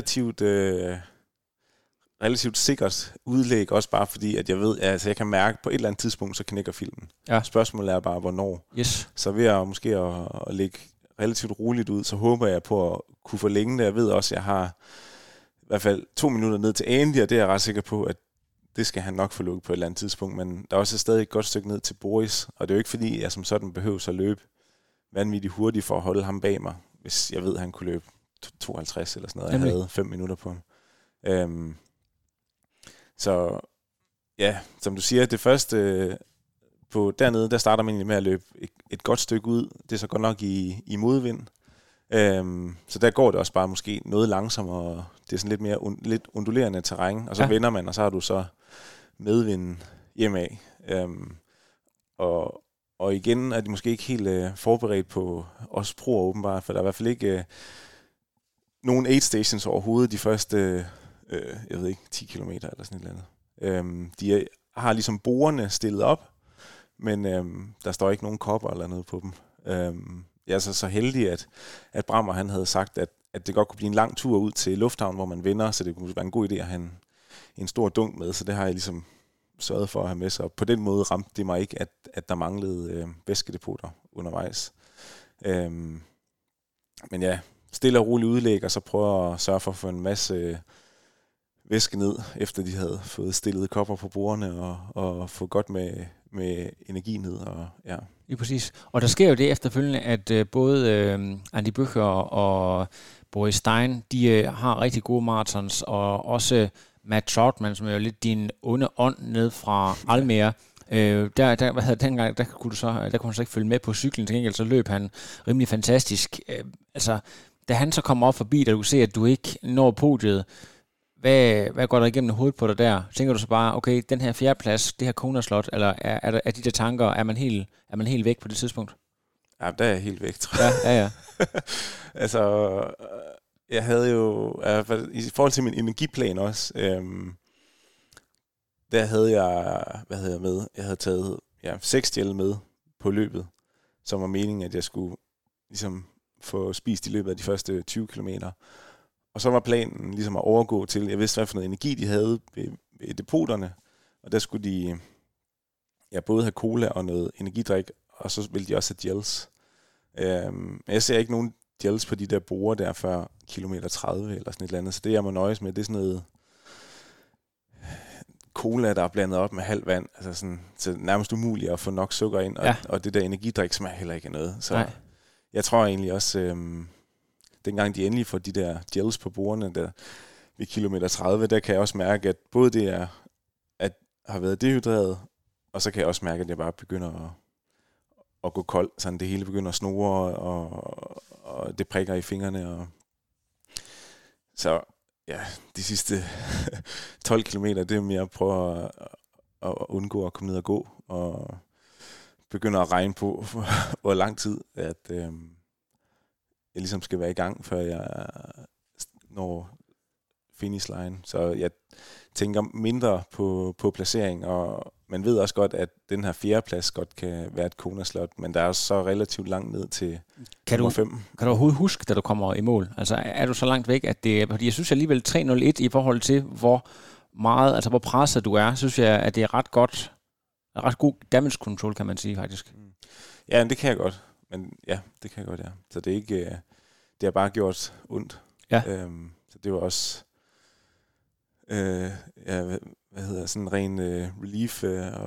relativt sikkert udlæg, også bare fordi, at jeg ved, at jeg kan mærke, at på et eller andet tidspunkt, så knækker filmen. Ja. Spørgsmålet er bare, hvornår. Yes. Så ved jeg måske at lægge relativt roligt ud, så håber jeg på at kunne forlænge det. Jeg ved også, at jeg har i hvert fald 2 minutter ned til Andy, og det er jeg ret sikker på, at det skal han nok få lukket på et eller andet tidspunkt. Men der er også stadig et godt stykke ned til Boris, og det er jo ikke fordi, jeg som sådan behøver at løbe vanvittigt hurtigt for at holde ham bag mig, hvis jeg ved, at han kunne løbe 52 eller sådan noget. Jeg havde 5 minutter på ham. Så ja, som du siger, det første på dernede, der starter man egentlig med at løbe et godt stykke ud. Det er så godt nok i modvind. Så der går det også bare måske noget langsommere. Det er sådan lidt mere lidt undulerende terræn, og så vender man, og så har du så medvind hjemad. Og igen er de måske ikke helt forberedt på os proer åbenbart, for der er i hvert fald ikke nogen aid stations overhovedet de første, jeg ved ikke, 10 kilometer eller sådan et eller andet. De har ligesom borerne stillet op, men der står ikke nogen kopper eller noget på dem. Jeg er så heldig, at Brammer han havde sagt, at det godt kunne blive en lang tur ud til lufthavnen, hvor man vender, så det kunne være en god idé at have en stor dunk med, så det har jeg ligesom sørget for at have med sig. Og på den måde ramte det mig ikke, at der manglede væskedepoter undervejs. Men ja, stille og roligt udlæg, og så prøve at sørge for at få en masse væske ned, efter de havde fået stillet kopper på bordene, og få godt med energi ned. Og, ja. Ja, præcis. Og der sker jo det efterfølgende, at både Andy Bøcher og Boris Stein, de har rigtig gode marathons, og også Matt Troutman, som er jo lidt din onde ånd ned fra Almere. Der kunne han så ikke følge med på cyklen, til gengæld så løb han rimelig fantastisk. Da han så kommer op forbi, da du ser, at du ikke når podiet, hvad går der igennem hovedet på dig der? Tænker du så bare, okay, den her 4. plads, det her Kona-slot, eller er de der tanker, er man helt væk på det tidspunkt? Ja, der er jeg helt væk, tror jeg. Ja. Altså, jeg havde jo, i forhold til min energiplan også, der havde jeg, med? Jeg havde taget 6 gel med på løbet, som var meningen, at jeg skulle ligesom få spist i løbet af de første 20 kilometer. Og så var planen ligesom at overgå til, jeg vidste, hvad for noget energi de havde ved depoterne, og der skulle de både have cola og noget energidrik, og så ville de også have gels. Men jeg ser ikke nogen gels på de der borer der før kilometer 30 eller sådan et eller andet, så det jeg må nøjes med, det er sådan noget cola, der er blandet op med halv vand, altså sådan, så nærmest umuligt at få nok sukker ind, og det der energidrik smager heller ikke af noget. Så jeg tror egentlig også, dengang de endelig får de der gels på bordene, ved kilometer 30, der kan jeg også mærke, at både det er, at har været dehydreret, og så kan jeg også mærke, at jeg bare begynder at gå kold, så det hele begynder at snore, og det prikker i fingrene. Og så ja, de sidste 12 kilometer, det er mere at prøve at undgå at komme ned og gå, og begynder at regne på, hvor lang tid, at jeg ligesom skal være i gang, før jeg når finish line. Så jeg tænker mindre på placering, og man ved også godt, at den her 4. plads godt kan være et Kona-slot, men der er så relativt langt ned til nummer 5. Kan du overhovedet huske, da du kommer i mål? Altså er du så langt væk, at det er, fordi jeg synes alligevel 3:01 i forhold til, hvor meget, altså hvor presset du er, synes jeg, at det er ret god damage control, kan man sige faktisk. Ja, det kan jeg godt. Men ja, det kan jeg godt, ja. Så det er ikke, det har bare gjort ondt. Ja. Så det var også, hvad hedder sådan ren relief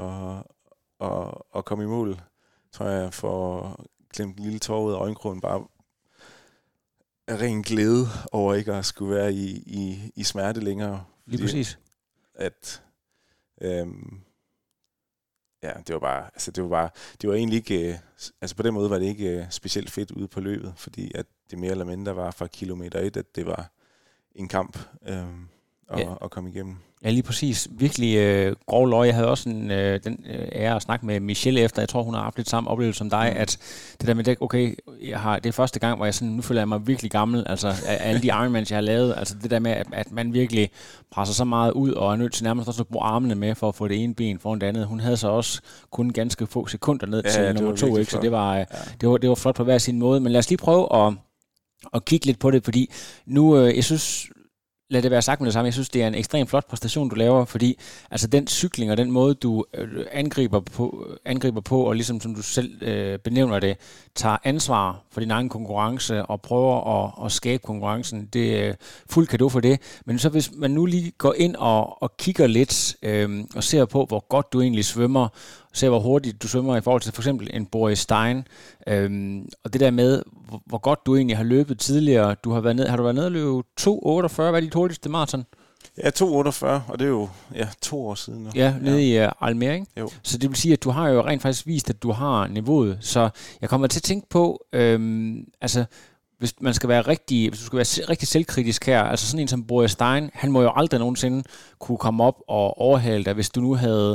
og komme i mål, tror jeg, for at klemme den lille tår ud af øjenkrogen, bare ren glæde over ikke at skulle være i smerte længere. Lige præcis. At ja, det var egentlig ikke, altså på den måde var det ikke specielt fedt ude på løbet, fordi at det mere eller mindre var fra kilometer 1, at det var en kamp at komme igennem. Ja, lige præcis. Virkelig grov løg. Jeg havde også den ære at snakke med Michelle efter. Jeg tror, hun har haft lidt samme oplevelse som dig, at det der med det, okay, det er første gang, hvor jeg sådan, nu føler jeg mig virkelig gammel, altså alle de Ironmans, jeg har lavet, altså det der med, at man virkelig presser så meget ud, og er nødt til nærmest også at bruge armene med, for at få det ene ben foran det andet. Hun havde så også kun ganske få sekunder ned til nummer 2, ikke? Så det var flot på hver sin måde. Men lad os lige prøve at kigge lidt på det, fordi nu, jeg synes, lad det være sagt med det samme, jeg synes, det er en ekstremt flot præstation, du laver, fordi altså den cykling og den måde, du angriber på, og ligesom som du selv benævner det, tager ansvar for din egen konkurrence og prøver at skabe konkurrencen. Det er fuld cadeau for det. Men så hvis man nu lige går ind og kigger lidt og ser på, hvor godt du egentlig svømmer, ser hvor hurtigt du svømmer i forhold til for eksempel en Boris Stein, og det der med, hvor godt du egentlig har løbet tidligere. Har du været nede og løbe 2:48? Hvad er dit hurtigste maraton? Ja, 2:48, og det er jo 2 år siden nu. Ja, nede i Almere, ikke? Jo. Så det vil sige, at du har jo rent faktisk vist, at du har niveauet. Så jeg kommer til at tænke på, altså hvis du skal være rigtig selvkritisk her, altså sådan en som Boris Stein, han må jo aldrig nogensinde kunne komme op og overhale dig, hvis du nu havde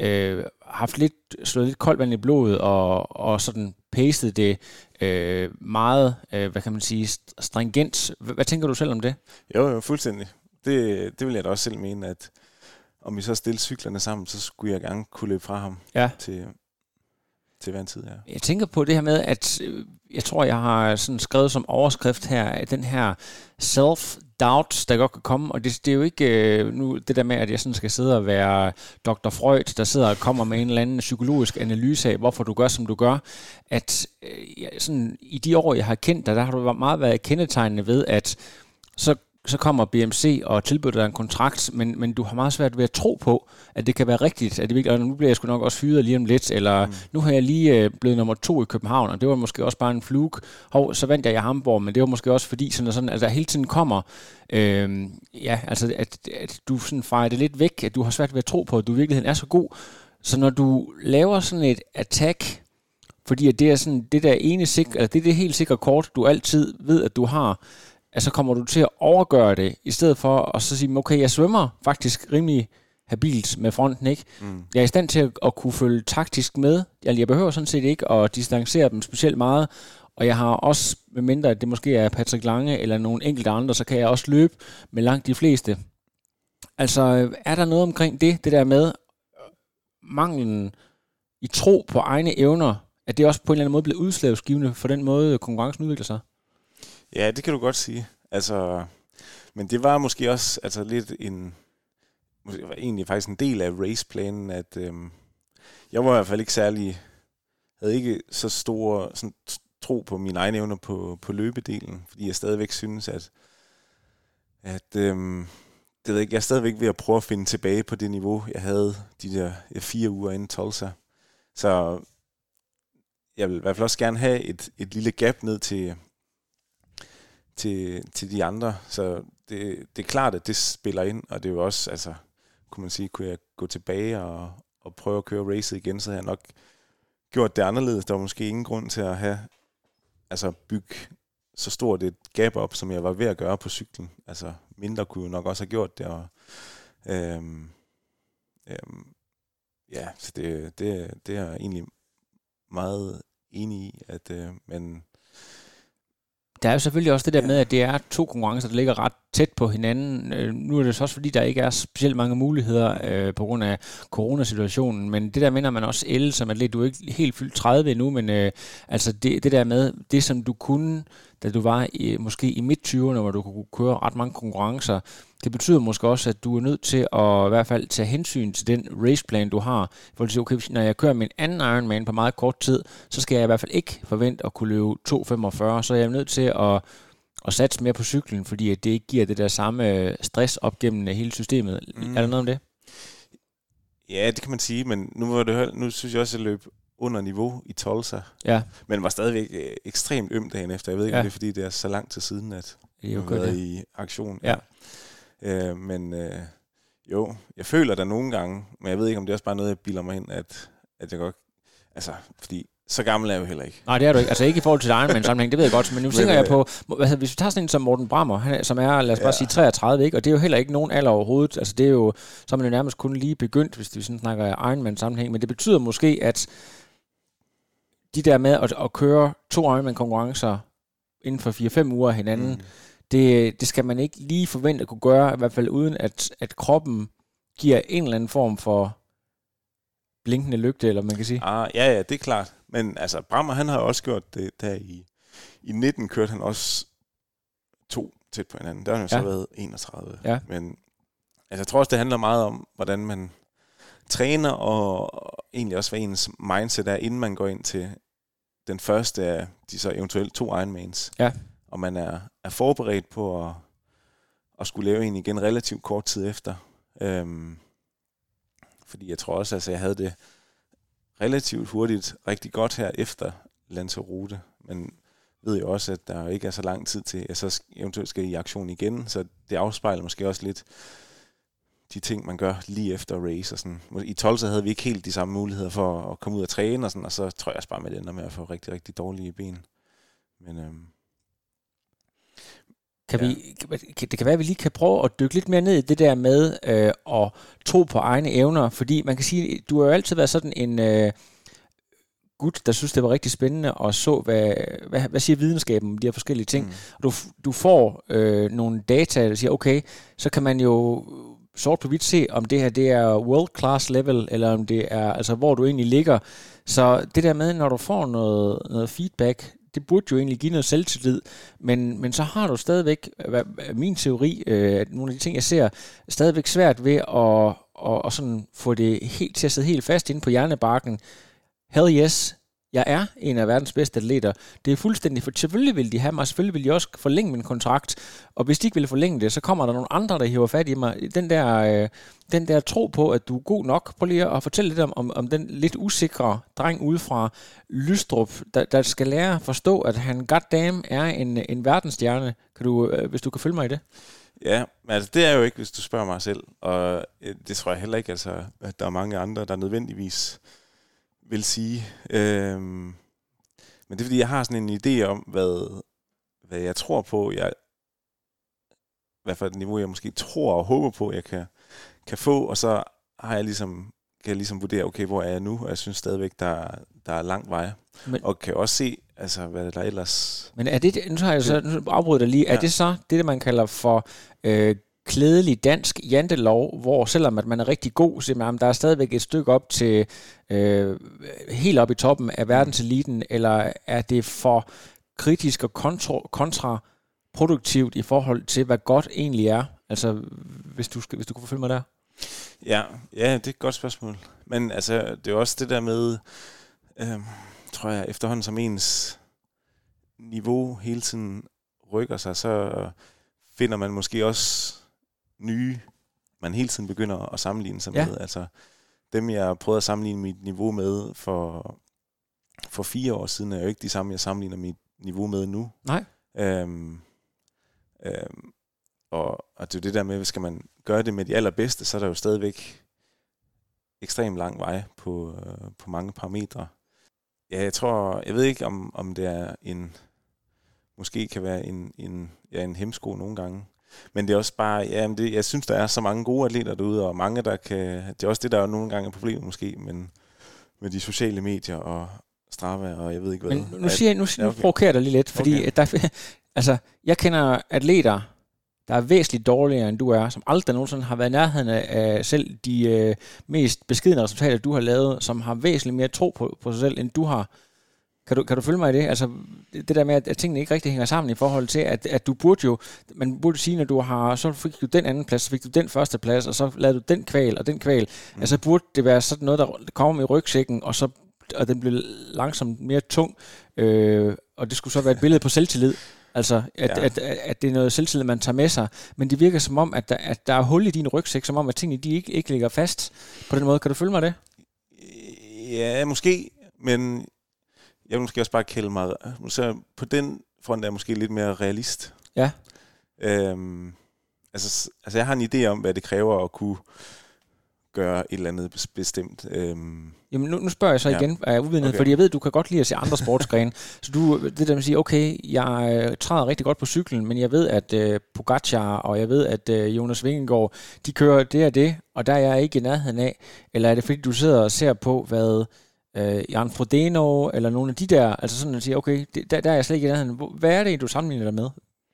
slået lidt koldt vand i blodet og sådan pastet det meget, hvad kan man sige, stringent. Hvad tænker du selv om det? Jo, fuldstændig. Det vil jeg da også selv mene, at om vi så stiller cyklerne sammen, så skulle jeg gerne kunne løbe fra ham til hver en tid, ja. Jeg tænker på det her med, at jeg tror, jeg har sådan skrevet som overskrift her, at den her self-doubt, der godt kan komme, og det er jo ikke nu det der med, at jeg sådan skal sidde og være Dr. Freud, der sidder og kommer med en eller anden psykologisk analyse af, hvorfor du gør, som du gør, at sådan, i de år, jeg har kendt dig, der har du meget været kendetegnende ved, at så kommer BMC og tilbyder dig en kontrakt, men du har meget svært ved at tro på, at det kan være rigtigt, at det virkelig, og nu bliver jeg sgu nok også fyret lige om lidt, eller nu har jeg lige blevet nummer 2 i København, og det var måske også bare en fluke. Så vandt jeg i Hamburg, men det var måske også fordi, sådan, altså hele tiden kommer, altså at du sådan fejrer det lidt væk, at du har svært ved at tro på, at du i virkeligheden er så god. Så når du laver sådan et attack, fordi at det er sådan det der det er det helt sikre kort, du altid ved, at du har, så kommer du til at overgøre det, i stedet for at så sige, okay, jeg svømmer faktisk rimelig habilt med fronten, ikke? Jeg er i stand til at kunne følge taktisk med. Jeg behøver sådan set ikke at distancere dem specielt meget, og jeg har også, medmindre at det måske er Patrick Lange eller nogle enkelte andre, så kan jeg også løbe med langt de fleste. Altså, er der noget omkring det der med manglen i tro på egne evner, at det også på en eller anden måde bliver udslagsgivende for den måde, konkurrencen udvikler sig? Ja, det kan du godt sige. Altså, men det var måske også lidt egentlig faktisk en del af raceplanen, at jeg var i hvert fald ikke havde ikke så stor sådan, tro på mine egne evner på løbedelen, fordi jeg stadigvæk synes, at det ved jeg stadigvæk ved at prøve at finde tilbage på det niveau, jeg havde de der 4 uger inden Tulsa. Så jeg vil i hvert fald også gerne have et lille gap ned til de andre. Så det er klart, at det spiller ind, og det er jo også, altså, kunne jeg gå tilbage og prøve at køre racet igen, så havde jeg nok gjort det anderledes. Der var måske ingen grund til at bygge så stort et gap op, som jeg var ved at gøre på cyklen. Altså, mindre kunne jo nok også have gjort det, og så det er jeg egentlig meget enig i, at men der er jo selvfølgelig også det der med, at det er 2 konkurrencer, der ligger ret tæt på hinanden. Nu er det så også, fordi der ikke er specielt mange muligheder på grund af coronasituationen, men det der mener man også el som atlet. Du er ikke helt fyldt 30 endnu, men altså det der med, det som du kunne, da du var måske i midt-20'erne, hvor du kunne køre ret mange konkurrencer, det betyder måske også, at du er nødt til at i hvert fald tage hensyn til den raceplan, du har. For at sige, okay, når jeg kører min anden Ironman på meget kort tid, så skal jeg i hvert fald ikke forvente at kunne løbe 2:45, så er jeg nødt til at satse mere på cyklen, fordi at det ikke giver det der samme stress op gennem hele systemet. Er der noget om det? Ja, det kan man sige, men nu synes jeg også, at jeg løb under niveau i Tulsa, men var stadigvæk ekstremt øm dagen efter. Jeg ved ikke, om det er, fordi det er så lang tid siden, at jeg har været i aktion. Ja. Jo, jeg føler der nogle gange, men jeg ved ikke, om det er også bare noget, jeg bilder mig ind, at jeg godt, altså, fordi så gammel er jeg jo heller ikke. Nej, det er du ikke. Altså ikke i forhold til Ironman sammenhæng, det ved jeg godt, men nu tænker jeg på, hvis vi tager sådan en som Morten Brammer, som er, lad os bare sige 33, ikke? Og det er jo heller ikke nogen alder overhovedet. Altså det er jo, så er man jo nærmest kun lige begyndt, hvis vi sådan snakker Ironman sammenhæng, men det betyder måske, at de der med at køre 2 Ironman-konkurrencer inden for 4-5 uger af hinanden, det skal man ikke lige forvente at kunne gøre, i hvert fald uden at kroppen giver en eller anden form for blinkende lygte, eller man kan sige. Ja, det er klart. Men altså, Brammer, han har også gjort det, der i 19 kørte han også 2 tæt på hinanden. Der har han så været 31. Ja. Men altså, jeg tror også, det handler meget om, hvordan man træner, og egentlig også, hvad ens mindset er, inden man går ind til den første af de så eventuelt 2 Ironmans. Ja. Og man er forberedt på at skulle lave en igen relativt kort tid efter. Fordi jeg tror også, at jeg havde det relativt hurtigt rigtig godt her efter Lanzarote. Men ved jo også, at der ikke er så lang tid til, at jeg så eventuelt skal i aktion igen. Så det afspejler måske også lidt de ting, man gør lige efter race. Og sådan. I Tulsa havde vi ikke helt de samme muligheder for at komme ud og træne, og, sådan, og så tror jeg også bare, med det ender med at få rigtig, rigtig dårlige ben. Men det kan være, at vi lige kan prøve at dykke lidt mere ned i det der med at tro på egne evner, fordi man kan sige, du har jo altid været sådan en gut, der synes, det var rigtig spændende, og så, hvad siger videnskaben om de her forskellige ting. Du får nogle data, der siger, okay, så kan man jo sort på hvidt se, om det her det er world class level, eller om det er, altså hvor du egentlig ligger. Så det der med, når du får noget feedback, det burde jo egentlig give noget selvtillid, men så har du stadigvæk, min teori, nogle af de ting, jeg ser, stadigvæk svært ved at sådan få det helt til at sidde helt fast inde på hjernebarken. Hell yes, jeg er en af verdens bedste atleter. Det er fuldstændig, for selvfølgelig vil de have mig, selvfølgelig vil de også forlænge min kontrakt, og hvis de ikke vil forlænge det, så kommer der nogle andre, der hiver fat i mig. Den der tro på, at du er god nok. Prøv lige at fortælle lidt om den lidt usikre dreng ude fra Lystrup, der skal lære at forstå, at han goddamn er en verdensstjerne. Hvis du kan følge mig i det? Ja, men altså det er jo ikke, hvis du spørger mig selv, og det tror jeg heller ikke, altså, at der er mange andre, der nødvendigvis vil sige. Men det er fordi, jeg har sådan en idé om, hvad jeg tror på, hvad for et niveau, jeg måske tror og håber på, jeg kan få, og så har jeg kan jeg ligesom vurdere, okay, hvor er jeg nu, og jeg synes stadigvæk, der er lang vej. Og kan også se, altså, hvad der ellers... Men er det, nu har jeg så afbrydet dig lige, er det så det, man kalder for klædelig dansk jantelov, hvor selvom at man er rigtig god, så der er stadigvæk et stykke op til helt op i toppen af verdenseliten, eller er det for kritisk og kontraproduktivt i forhold til, hvad godt egentlig er? Altså, hvis du kunne følge mig der. Ja, det er et godt spørgsmål. Men altså, det er også det der med, tror jeg, efterhånden som ens niveau hele tiden rykker sig, så finder man måske også nye, man hele tiden begynder at sammenligne sig med. Altså, dem jeg prøvede at sammenligne mit niveau med for 4 år siden, er jo ikke de samme, jeg sammenligner mit niveau med nu. Nej. Og det er jo det der med, skal man gøre det med de allerbedste, så er der jo stadigvæk ekstremt lang vej på mange parametre. Ja, jeg ved ikke, om det er måske kan være en hemsko nogle gange. Men det er også bare, jeg synes, der er så mange gode atleter derude, og mange, der kan... Det er også det, der er nogle gange et problem måske, men med de sociale medier og Strava, og jeg ved ikke hvad. Men nu provokerer jeg dig lige lidt, fordi okay. Jeg kender atleter, der er væsentligt dårligere, end du er, som aldrig nogensinde har været i nærheden af selv de mest beskedne resultater, du har lavet, som har væsentligt mere tro på sig selv, end du har. Kan du følge mig i det? Altså, det der med, at tingene ikke rigtig hænger sammen i forhold til, at du man burde sige, når du har, så fik du den anden plads, så fik du den første plads, og så lavede du den kval og den kval. Altså, burde det være sådan noget, der kommer i rygsækken, og den blev langsomt mere tung, og det skulle så være et billede på selvtillid. Altså, at det er noget selvtillid, man tager med sig. Men det virker som om, at der er hul i din rygsæk, som om, at tingene de ikke ligger fast på den måde. Kan du følge mig det? Ja, måske, men jeg vil måske også bare kalde mig... Så på den front er jeg måske lidt mere realist. Ja. Altså, jeg har en idé om, hvad det kræver at kunne gøre et eller andet bestemt. Jamen nu spørger jeg så igen af uvidenhed, fordi jeg ved, du kan godt lide at se andre sportsgrene. Så det der med at sige, okay, jeg træder rigtig godt på cyklen, men jeg ved, at Pogacar og jeg ved, at Jonas Vingegaard, de kører det og det, og der er jeg ikke i nærheden af. Eller er det fordi, du sidder og ser på, hvad Jan Frodeno eller nogle af de der, altså sådan at sige, okay, der er jeg slet ikke i nærheden. Hvad er det, du sammenligner dig med?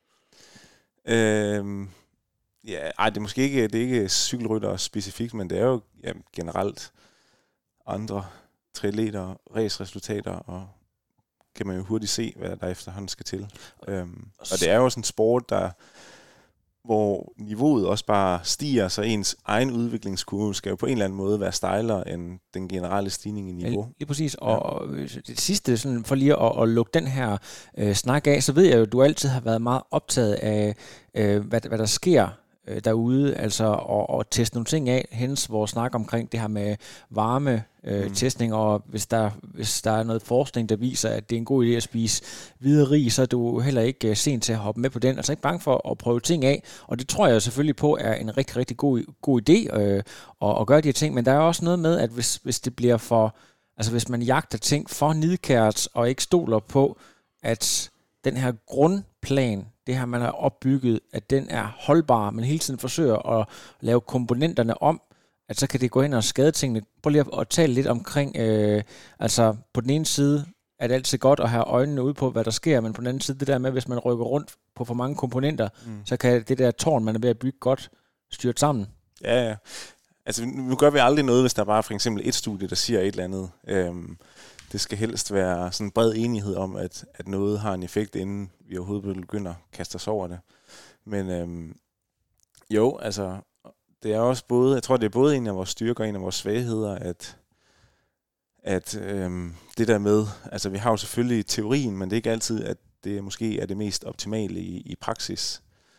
Det er måske ikke cykelrytter specifikt, men det er jo generelt andre triatleter, raceresultater, og kan man jo hurtigt se, hvad der efterhånden skal til. Og det er jo sådan en sport, hvor niveauet også bare stiger, så ens egen udviklingskurve skal jo på en eller anden måde være stejlere end den generelle stigning i niveau. Ja, lige præcis. Og det sidste, sådan for lige at lukke den her snak af, så ved jeg jo, at du altid har været meget optaget af, hvad der sker derude, altså og teste nogle ting af, hens vores snak omkring det her med varme testning, og hvis der er noget forskning, der viser, at det er en god idé at spise hvide ris, så er du heller ikke sent til at hoppe med på den. Altså ikke bange for at prøve ting af, og det tror jeg selvfølgelig på er en rigtig, rigtig god idé at gøre de her ting, men der er også noget med, at hvis det bliver for, altså hvis man jagter ting for nidkært, og ikke stoler på, at den her grundplan, det her man har opbygget, at den er holdbar, men hele tiden forsøger at lave komponenterne om, at så kan det gå ind og skade tingene. Prøv lige at tale lidt omkring, altså på den ene side er det altid godt at have øjnene ude på, hvad der sker, men på den anden side, det der med, hvis man rykker rundt på for mange komponenter, så kan det der tårn, man er ved at bygge, godt styrt sammen. Ja. Altså nu gør vi aldrig noget, hvis der bare for eksempel et studie, der siger et eller andet. Det skal helst være sådan en bred enighed om, at noget har en effekt, inden vi overhovedet begynder at kaste os over det. Men altså, det er også både, jeg tror, det er både en af vores styrker og en af vores svagheder, at det der med, altså vi har jo selvfølgelig teorien, men det er ikke altid, at det måske er det mest optimale i praksis.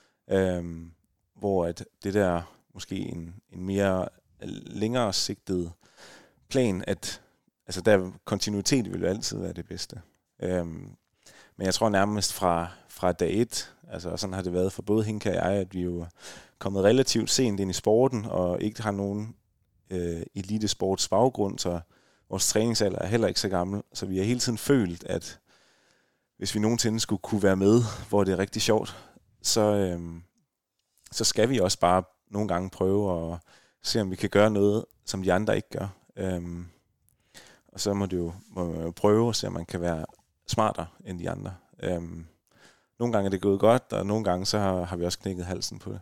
Hvor at det der måske en mere længere sigtet plan, at altså der kontinuitet vil jo altid være det bedste. Men jeg tror nærmest fra dag 1, altså sådan har det været for både Hinka og jeg, at vi jo er kommet relativt sent ind i sporten, og ikke har nogen elitesports baggrund, så vores træningsalder er heller ikke så gammel. Så vi har hele tiden følt, at hvis vi nogensinde skulle kunne være med, hvor det er rigtig sjovt, så skal vi også bare nogle gange prøve at se, om vi kan gøre noget, som de andre ikke gør. Og så må man jo prøve at se, om man kan være smartere end de andre. Nogle gange er det gået godt, og nogle gange så har vi også knækket halsen på det.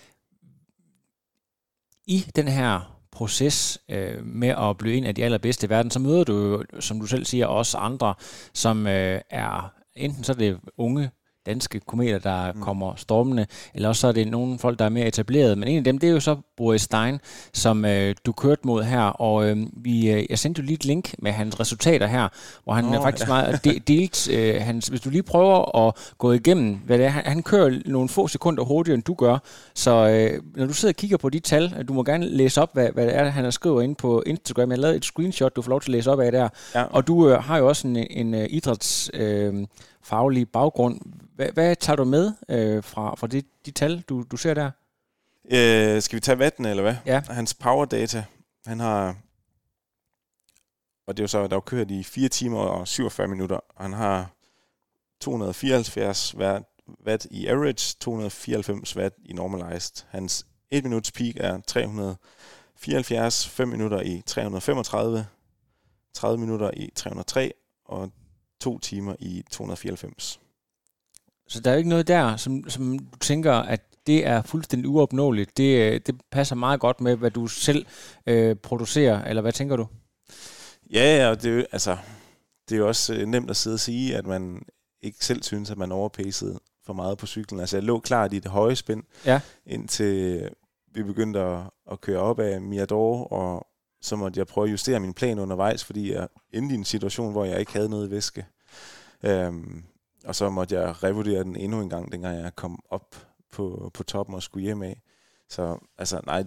I den her proces med at blive en af de allerbedste i verden, så møder du jo, som du selv siger, også andre, som er enten så er det unge danske kometer, der kommer stormende, eller også så er det nogle folk, der er mere etableret. Men en af dem, det er jo så Boris Stein, som du kørte mod her, og jeg sendte jo lige et link med hans resultater her, hvor han faktisk meget delt hans, hvis du lige prøver at gå igennem, hvad det er, han kører nogle få sekunder hurtigere, end du gør, så når du sidder og kigger på de tal, du må gerne læse op, hvad det er, han har skrevet inde på Instagram. Jeg lavede et screenshot, du får lov til at læse op af der, og du har jo også en idræts faglige baggrund. Hvad tager du med fra de tal, du ser der? Skal vi tage vatten, eller hvad? Ja. Hans power data, han har... Og det er jo så, der er kørt i 4 timer og 47 minutter. Han har 274 watt i average, 294 watt i normalized. Hans 1 minuts peak er 374, 5 minutter i 335, 30 minutter i 303 og 2 timer i 294. Så der er jo ikke noget der, som du tænker, at det er fuldstændig uopnåeligt. Det passer meget godt med, hvad du selv producerer, eller hvad tænker du? Ja, og det er jo også nemt at sidde og sige, at man ikke selv synes, at man overpacede for meget på cyklen. Altså jeg lå klart i det høje spænd, indtil vi begyndte at køre op af Mirador, og så måtte jeg prøve at justere min plan undervejs, fordi jeg endte i en situation, hvor jeg ikke havde noget væske. Og så måtte jeg revurdere den endnu en gang, dengang jeg kom op på toppen og skulle hjem af. Så altså, nej,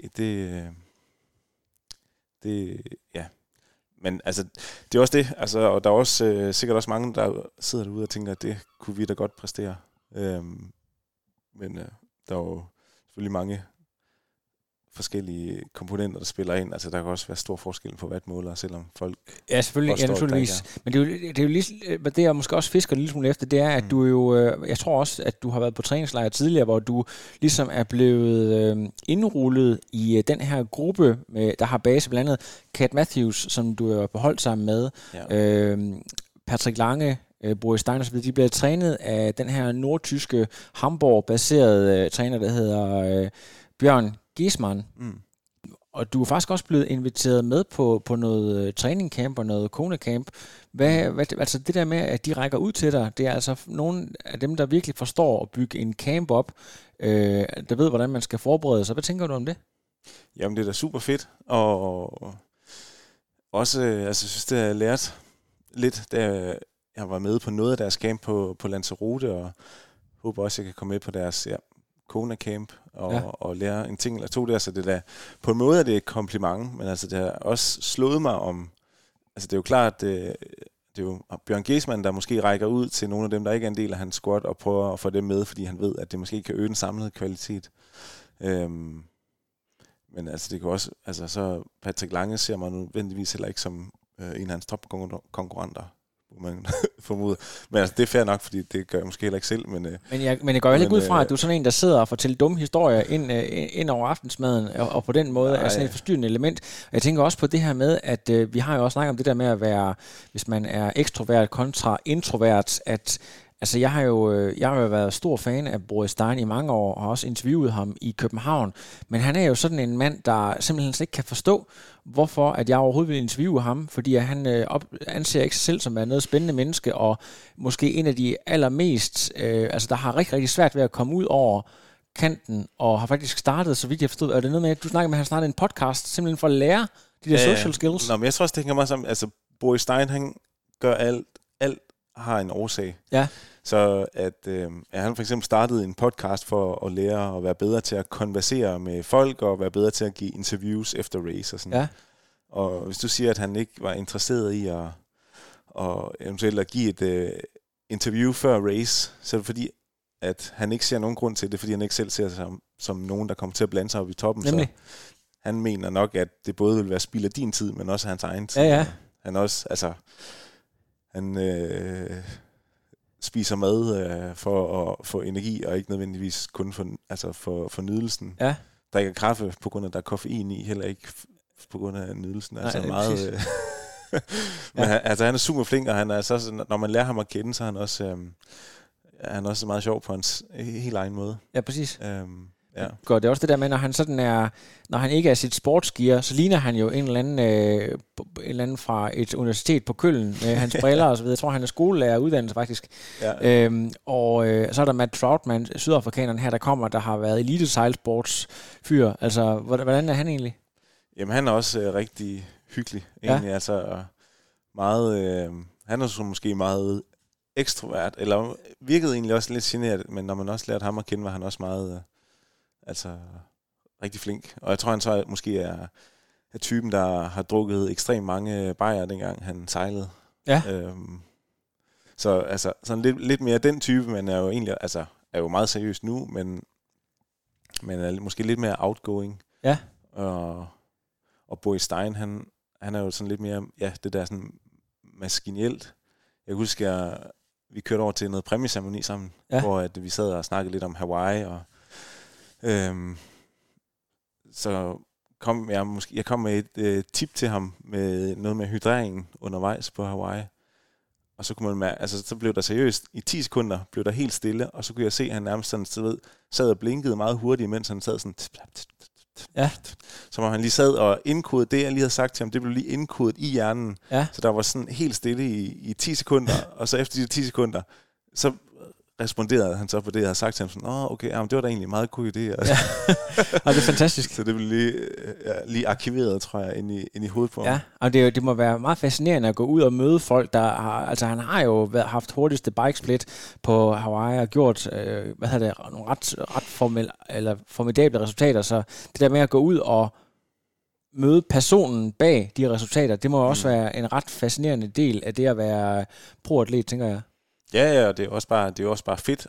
det ja. Men altså, det er også det, altså, og der er også sikkert også mange, der sidder derude og tænker, at det kunne vi da godt præstere. Men der er jo selvfølgelig mange forskellige komponenter, der spiller ind. Altså, der kan også være stor forskel på wattmålere, selvom folk... Ja, selvfølgelig. Ja, naturligvis. Men det er jo lige, det jeg måske også fisker en lille smule efter, det er, at du jo... Jeg tror også, at du har været på træningslejr tidligere, hvor du ligesom er blevet indrullet i den her gruppe, der har base blandt andet Kat Matthews, som du er på hold sammen med, Patrick Lange, Boris Stein og så videre. De bliver trænet af den her nordtyske Hamburg-baserede træner, der hedder Bjørn Giesmann. Og du er faktisk også blevet inviteret med på noget træningcamp og noget Kona-camp. Altså det der med, at de rækker ud til dig, det er altså nogle af dem, der virkelig forstår at bygge en camp op, der ved, hvordan man skal forberede sig. Hvad tænker du om det? Jamen, det er da super fedt. Og også, altså, jeg synes, det har lært lidt, da jeg var med på noget af deres camp på Lanzarote, og håber også, jeg kan komme med på deres Kona Camp og lære en ting eller to der, så det der på en måde er det et kompliment, men altså det har også slået mig om, altså det er jo klart, det er jo Bjørn Giesmann, der måske rækker ud til nogle af dem, der ikke er en del af hans squad, og prøver at få dem med, fordi han ved, at det måske kan øge den samlede kvalitet. Men altså det kan også, altså så Patrick Lange ser man nødvendigvis heller ikke som en af hans topkonkurrenter, man formoder. Men altså, det er fair nok, fordi det gør jeg måske heller ikke selv. Men jeg går jo ikke ud fra, at du er sådan en, der sidder og fortæller dumme historier ind over aftensmaden, og på den måde er sådan et forstyrrende element. Og jeg tænker også på det her med, at vi har jo også snakket om det der med at være, hvis man er ekstrovert kontra introvert, at altså jeg har jo været stor fan af Boris Stein i mange år, og har også interviewet ham i København, men han er jo sådan en mand, der simpelthen ikke kan forstå, hvorfor at jeg overhovedet vil interviewe ham, fordi han anser ikke sig selv som noget spændende menneske, og måske en af de allermest, altså der har rigtig, rigtig svært ved at komme ud over kanten, og har faktisk startet, så vidt jeg forstod, er det noget med, at du snakker med, at han startede en podcast, simpelthen for at lære de der social skills? Nå, men jeg tror også, det hænger meget sammen, altså Boris Stein, han gør alt har en årsag. Ja. Så at han for eksempel startede en podcast for at lære at være bedre til at konversere med folk, og være bedre til at give interviews efter race og sådan. Ja. Og hvis du siger, at han ikke var interesseret i at eventuelt at give et interview før race, så er det fordi, at han ikke ser nogen grund til det, fordi han ikke selv ser sig som nogen, der kommer til at blande sig op i toppen. Nemlig. Så han mener nok, at det både vil være spild af din tid, men også hans egen tid. Ja. Han også, altså... Han spiser mad for at få energi, og ikke nødvendigvis kun for nydelsen. Ja. Drikker kaffe, på grund af, at der er koffein i, heller ikke på grund af nydelsen. Altså nej, meget... Men han er super flink, og han er altså, når man lærer ham at kende, så er han også meget sjov på hans helt egen måde. Ja, præcis. Ja. Godt, det er også det der med, når han ikke er sit sportsgear, så ligner han jo en eller anden fra et universitet på Køln med hans briller og så videre. Jeg tror, han er skolelærer uddannelse faktisk. Ja. Så er der Matt Troutman, sydafrikaneren her, der har været elite sejlsports fyr. Altså, hvordan er han egentlig? Jamen, han er også rigtig hyggelig egentlig. Ja. Altså, meget, han er så måske meget ekstrovert, eller virkede egentlig også lidt generet, men når man også lærte ham at kende, var han også meget... altså rigtig flink. Og jeg tror, han så måske er typen, der har drukket ekstremt mange bajer, dengang han sejlede. Ja. Så altså, sådan lidt mere den type, men er jo egentlig er jo meget seriøs nu, men er måske lidt mere outgoing. Ja. Og Boris Stein, han er jo sådan lidt mere, det der sådan maskinelt. Jeg husker, vi kørte over til noget præmieceremoni sammen, hvor at vi sad og snakkede lidt om Hawaii, og så kom jeg kom med et tip til ham med noget med hydreringen undervejs på Hawaii. Og så kunne man så blev der seriøst i 10 sekunder blev der helt stille, og så kunne jeg se at han nærmest sådan sad og blinkede meget hurtigt, mens han sad sådan som om han lige sad og indkodede det, jeg lige havde sagt til ham, det blev lige indkodet i hjernen. Ja. Så der var sådan helt stille i 10 sekunder, og så efter de 10 sekunder, så responderede han så på det, jeg havde sagt til ham, sådan, okay, det var da egentlig en meget god idé. Ja. Og det er fantastisk. Så det blev lige arkiveret, tror jeg, ind i hovedet på ham. Ja, og det må være meget fascinerende at gå ud og møde folk, der har, altså han har jo haft hurtigste bikesplit på Hawaii og gjort, nogle ret formidable resultater, så det der med at gå ud og møde personen bag de resultater, det må også være en ret fascinerende del af det at være pro-atlet, tænker jeg. Ja, det er også bare fedt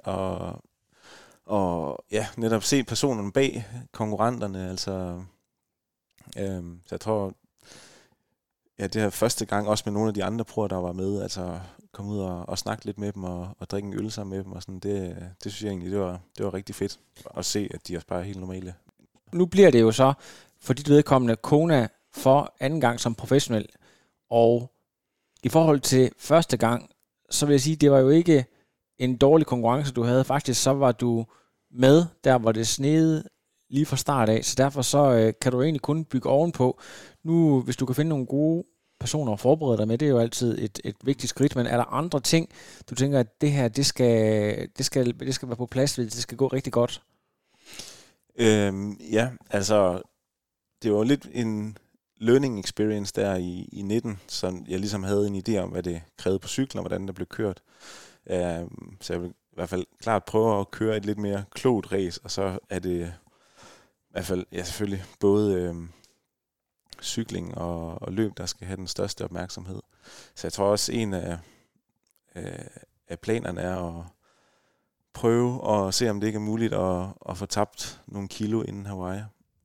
og netop se personen bag konkurrenterne, altså så jeg tror det her første gang også med nogle af de andre proer, der var med, altså komme ud og snakke lidt med dem og drikke en øl sammen med dem og sådan, det synes jeg egentlig, det var rigtig fedt at se, at de også bare er helt normale. Nu bliver det jo så for dit vedkommende Kona for anden gang som professionel, og i forhold til første gang, så vil jeg sige, det var jo ikke en dårlig konkurrence, du havde. Faktisk så var du med, der hvor det snede lige fra start af, så derfor så kan du egentlig kun bygge ovenpå. Nu, hvis du kan finde nogle gode personer at forberede dig med, det er jo altid et vigtigt skridt, men er der andre ting, du tænker, at det her, det skal være på plads, det skal gå rigtig godt? Altså, det var lidt en learning experience der i 19, så jeg ligesom havde en idé om, hvad det krævede på cyklen, og hvordan der blev kørt. Så jeg vil i hvert fald klart prøve at køre et lidt mere klogt race, og så er det i hvert fald, selvfølgelig både cykling og løb, der skal have den største opmærksomhed. Så jeg tror også, en af planerne er at prøve at se, om det ikke er muligt at få tabt nogle kilo inden Hawaii.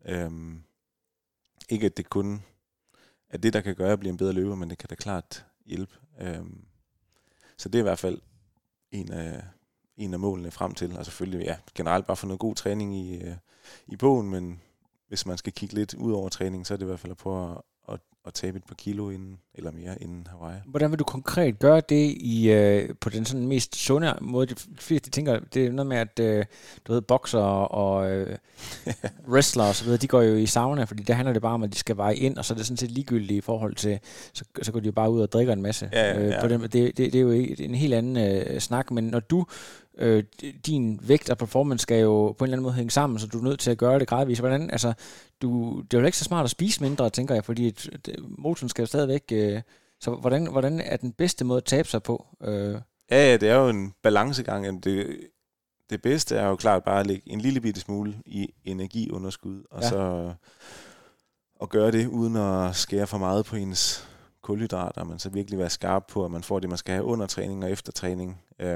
Ikke at det kun er det, der kan gøre at blive en bedre løber, men det kan da klart hjælpe. Så det er i hvert fald en af målene frem til. Og selvfølgelig generelt bare få noget god træning i bogen, men hvis man skal kigge lidt ud over træning, så er det i hvert fald at prøve at tabe et par kilo eller mere inden Hawaii. Hvordan vil du konkret gøre det på den sådan mest sunde måde? De fleste tænker, det er noget med, at du ved, bokser og wrestler og så videre, de går jo i sauna, fordi der handler det bare om, at de skal veje ind, og så er det sådan set ligegyldigt i forhold til, så går de jo bare ud og drikker en masse. På den, det er jo en helt anden snak, men når du din vægt og performance skal jo på en eller anden måde hænge sammen, så du er nødt til at gøre det gradvist. Hvordan, altså, det er jo ikke så smart at spise mindre, tænker jeg, fordi motoren skal jo stadigvæk. Så hvordan er den bedste måde at tabe sig på? Ja, det er jo en balancegang. Det bedste er jo klart bare at lægge en lille bitte smule i energiunderskud, og så at gøre det uden at skære for meget på ens kulhydrater, men så virkelig være skarp på, at man får det, man skal have under træning og efter træning.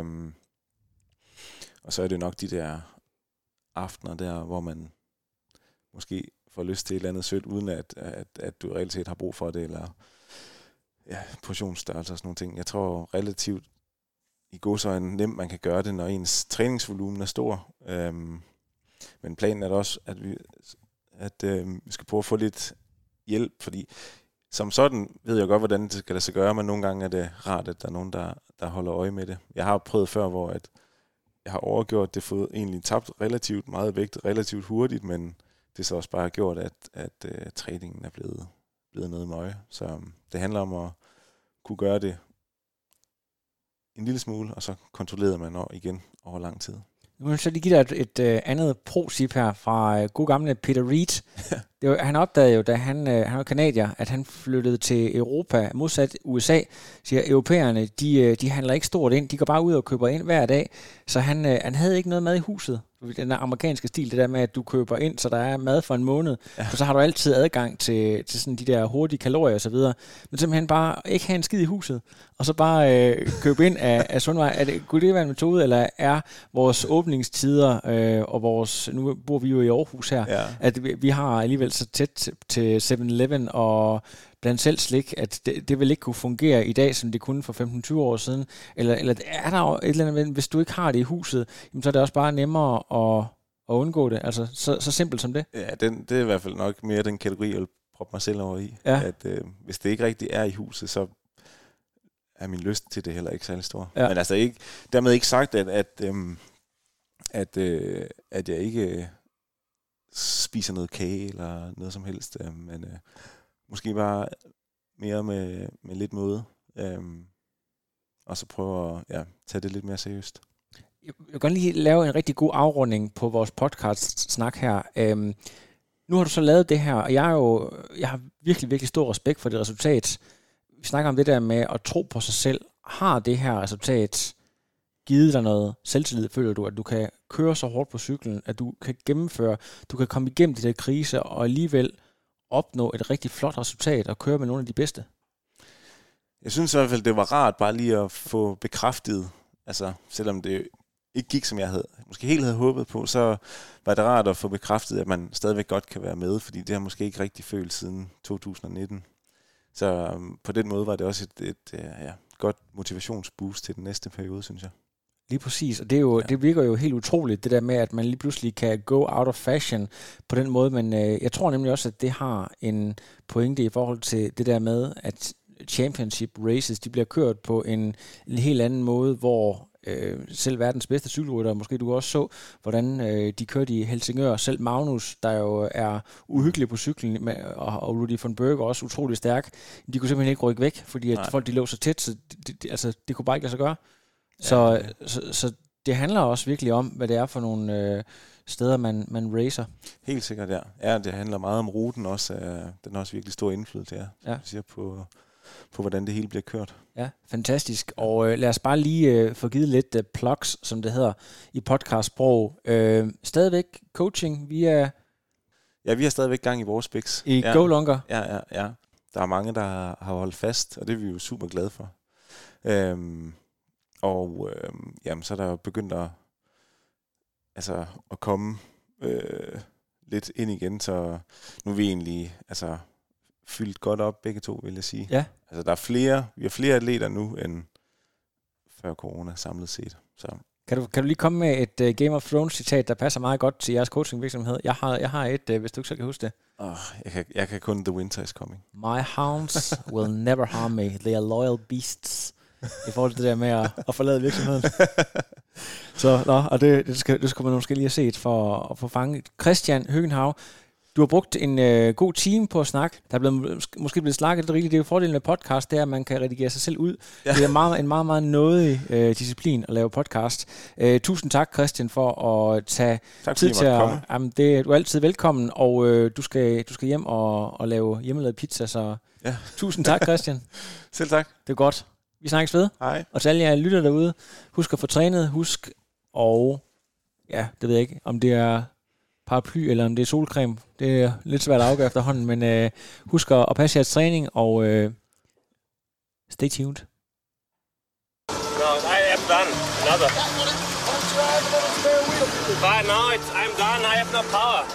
Og så er det nok de der aftener der, hvor man måske får lyst til et eller andet sødt, uden at du reelt set har brug for det, eller portionsstørrelse og sådan nogle ting. Jeg tror relativt i godsøjne nemt, man kan gøre det, når ens træningsvolumen er stor. Men planen er også, at vi skal prøve at få lidt hjælp, fordi som sådan ved jeg godt, hvordan det skal lade sig gøre, men nogle gange er det rart, at der er nogen, der holder øje med det. Jeg har prøvet før, hvor jeg har overgjort det, fået egentlig tabt relativt meget vægt, relativt hurtigt, men det så også bare har gjort, at træningen er blevet noget møje. Så det handler om at kunne gøre det en lille smule, og så kontrollerer man igen over lang tid. Nu vil jeg så lige give dig et andet pro-tip her fra god gamle Peter Reed. Han opdagede jo, da han var kanadier, at han flyttede til Europa, modsat USA, siger europæerne, de handler ikke stort ind, de går bare ud og køber ind hver dag, så han havde ikke noget mad i huset. den der amerikanske stil, det der med, at du køber ind, så der er mad for en måned, for så har du altid adgang til sådan de der hurtige kalorier og så videre. Men simpelthen bare ikke have en skid i huset, og så bare købe ind af Sundvej. Kunne det være en metode, eller er vores åbningstider og vores, nu bor vi jo i Aarhus her, at vi har alligevel så tæt til 7-Eleven og blandt selv slik, at det vil ikke kunne fungere i dag, som det kunne for 15-20 år siden? Eller er der et eller andet, hvis du ikke har det i huset, jamen, så er det også bare nemmere at undgå det? Altså, så simpelt som det? Ja, det er i hvert fald nok mere den kategori, jeg vil proppe mig selv over i. Ja. At hvis det ikke rigtig er i huset, så er min lyst til det heller ikke særlig stor. Ja. Men altså dermed ikke sagt, at jeg ikke spiser noget kage eller noget som helst, men måske bare mere med lidt måde, og så prøve at tage det lidt mere seriøst. Jeg vil godt lige lave en rigtig god afrunding på vores podcast-snak her. Nu har du så lavet det her, og jeg har virkelig, virkelig stor respekt for det resultat. Vi snakker om det der med at tro på sig selv. Har det her resultat givet dig noget selvtillid? Føler du, at du kan køre så hårdt på cyklen, at du kan gennemføre, du kan komme igennem de der kriser, og alligevel opnå et rigtig flot resultat og køre med nogle af de bedste? Jeg synes i hvert fald, det var rart bare lige at få bekræftet, altså selvom det ikke gik, som jeg havde måske helt havde håbet på, så var det rart at få bekræftet, at man stadigvæk godt kan være med, fordi det har måske ikke rigtig følt siden 2019. Så på den måde var det også et godt motivationsboost til den næste periode, synes jeg. Lige præcis, og det virker jo helt utroligt, det der med, at man lige pludselig kan go out of fashion på den måde, men jeg tror nemlig også, at det har en pointe i forhold til det der med, at championship races, de bliver kørt på en helt anden måde, hvor selv verdens bedste cykelrytter, måske du også så, hvordan de kørte i Helsingør. Selv Magnus, der jo er uhyggelig på cyklen, og Rudy von Berg også utrolig stærk, de kunne simpelthen ikke rykke væk, fordi at folk de lå så tæt, så det kunne bare ikke lade sig gøre. Så det handler også virkelig om, hvad det er for nogle steder, man racer. Helt sikkert, ja. Ja, det handler meget om ruten også. Den har også virkelig stor indflydelse, på hvordan det hele bliver kørt. Ja, fantastisk. Og lad os bare lige få givet lidt plugs, som det hedder, i podcastsprog. Stadigvæk coaching via... Ja, vi har stadigvæk gang i vores biks. I Go Longer. Ja. Der er mange, der har holdt fast, og det er vi jo super glade for. Så er der jo begyndt at komme lidt ind igen, så nu er vi egentlig fyldt godt op begge to, vil jeg sige. Ja. Altså vi har flere atleter nu end før corona samlet set. Så. Kan du lige komme med et Game of Thrones citat, der passer meget godt til jeres coachingvirksomhed? Jeg har et, hvis du ikke så kan huske det. Jeg kan kun The Winter is Coming. My hounds will never harm me. They are loyal beasts. I forhold til det der med at forlade virksomheden. Og det skal man måske lige have set for at få fanget. Christian Høgenhav, du har brugt en god time på at snakke. Der er måske blevet snakket lidt rigeligt. Det er jo fordelen med podcast, det er, at man kan redigere sig selv ud. Ja. Det er en meget, meget nådig disciplin at lave podcast. Tusind tak, Christian, for at tage tid til at... Du er altid velkommen, og du skal hjem og lave hjemmelavet pizza, så tusind tak, Christian. Selv tak. Det er godt. Vi snakkes ved. Hej. Og til alle jer lytter derude, husk at få trænet, det ved jeg ikke, om det er paraply eller om det er solcreme. Det er lidt svært at afgøre efterhånden, men husk at passe jeres træning, og stay tuned. No, I am done. Another. But now I'm done. I have no power.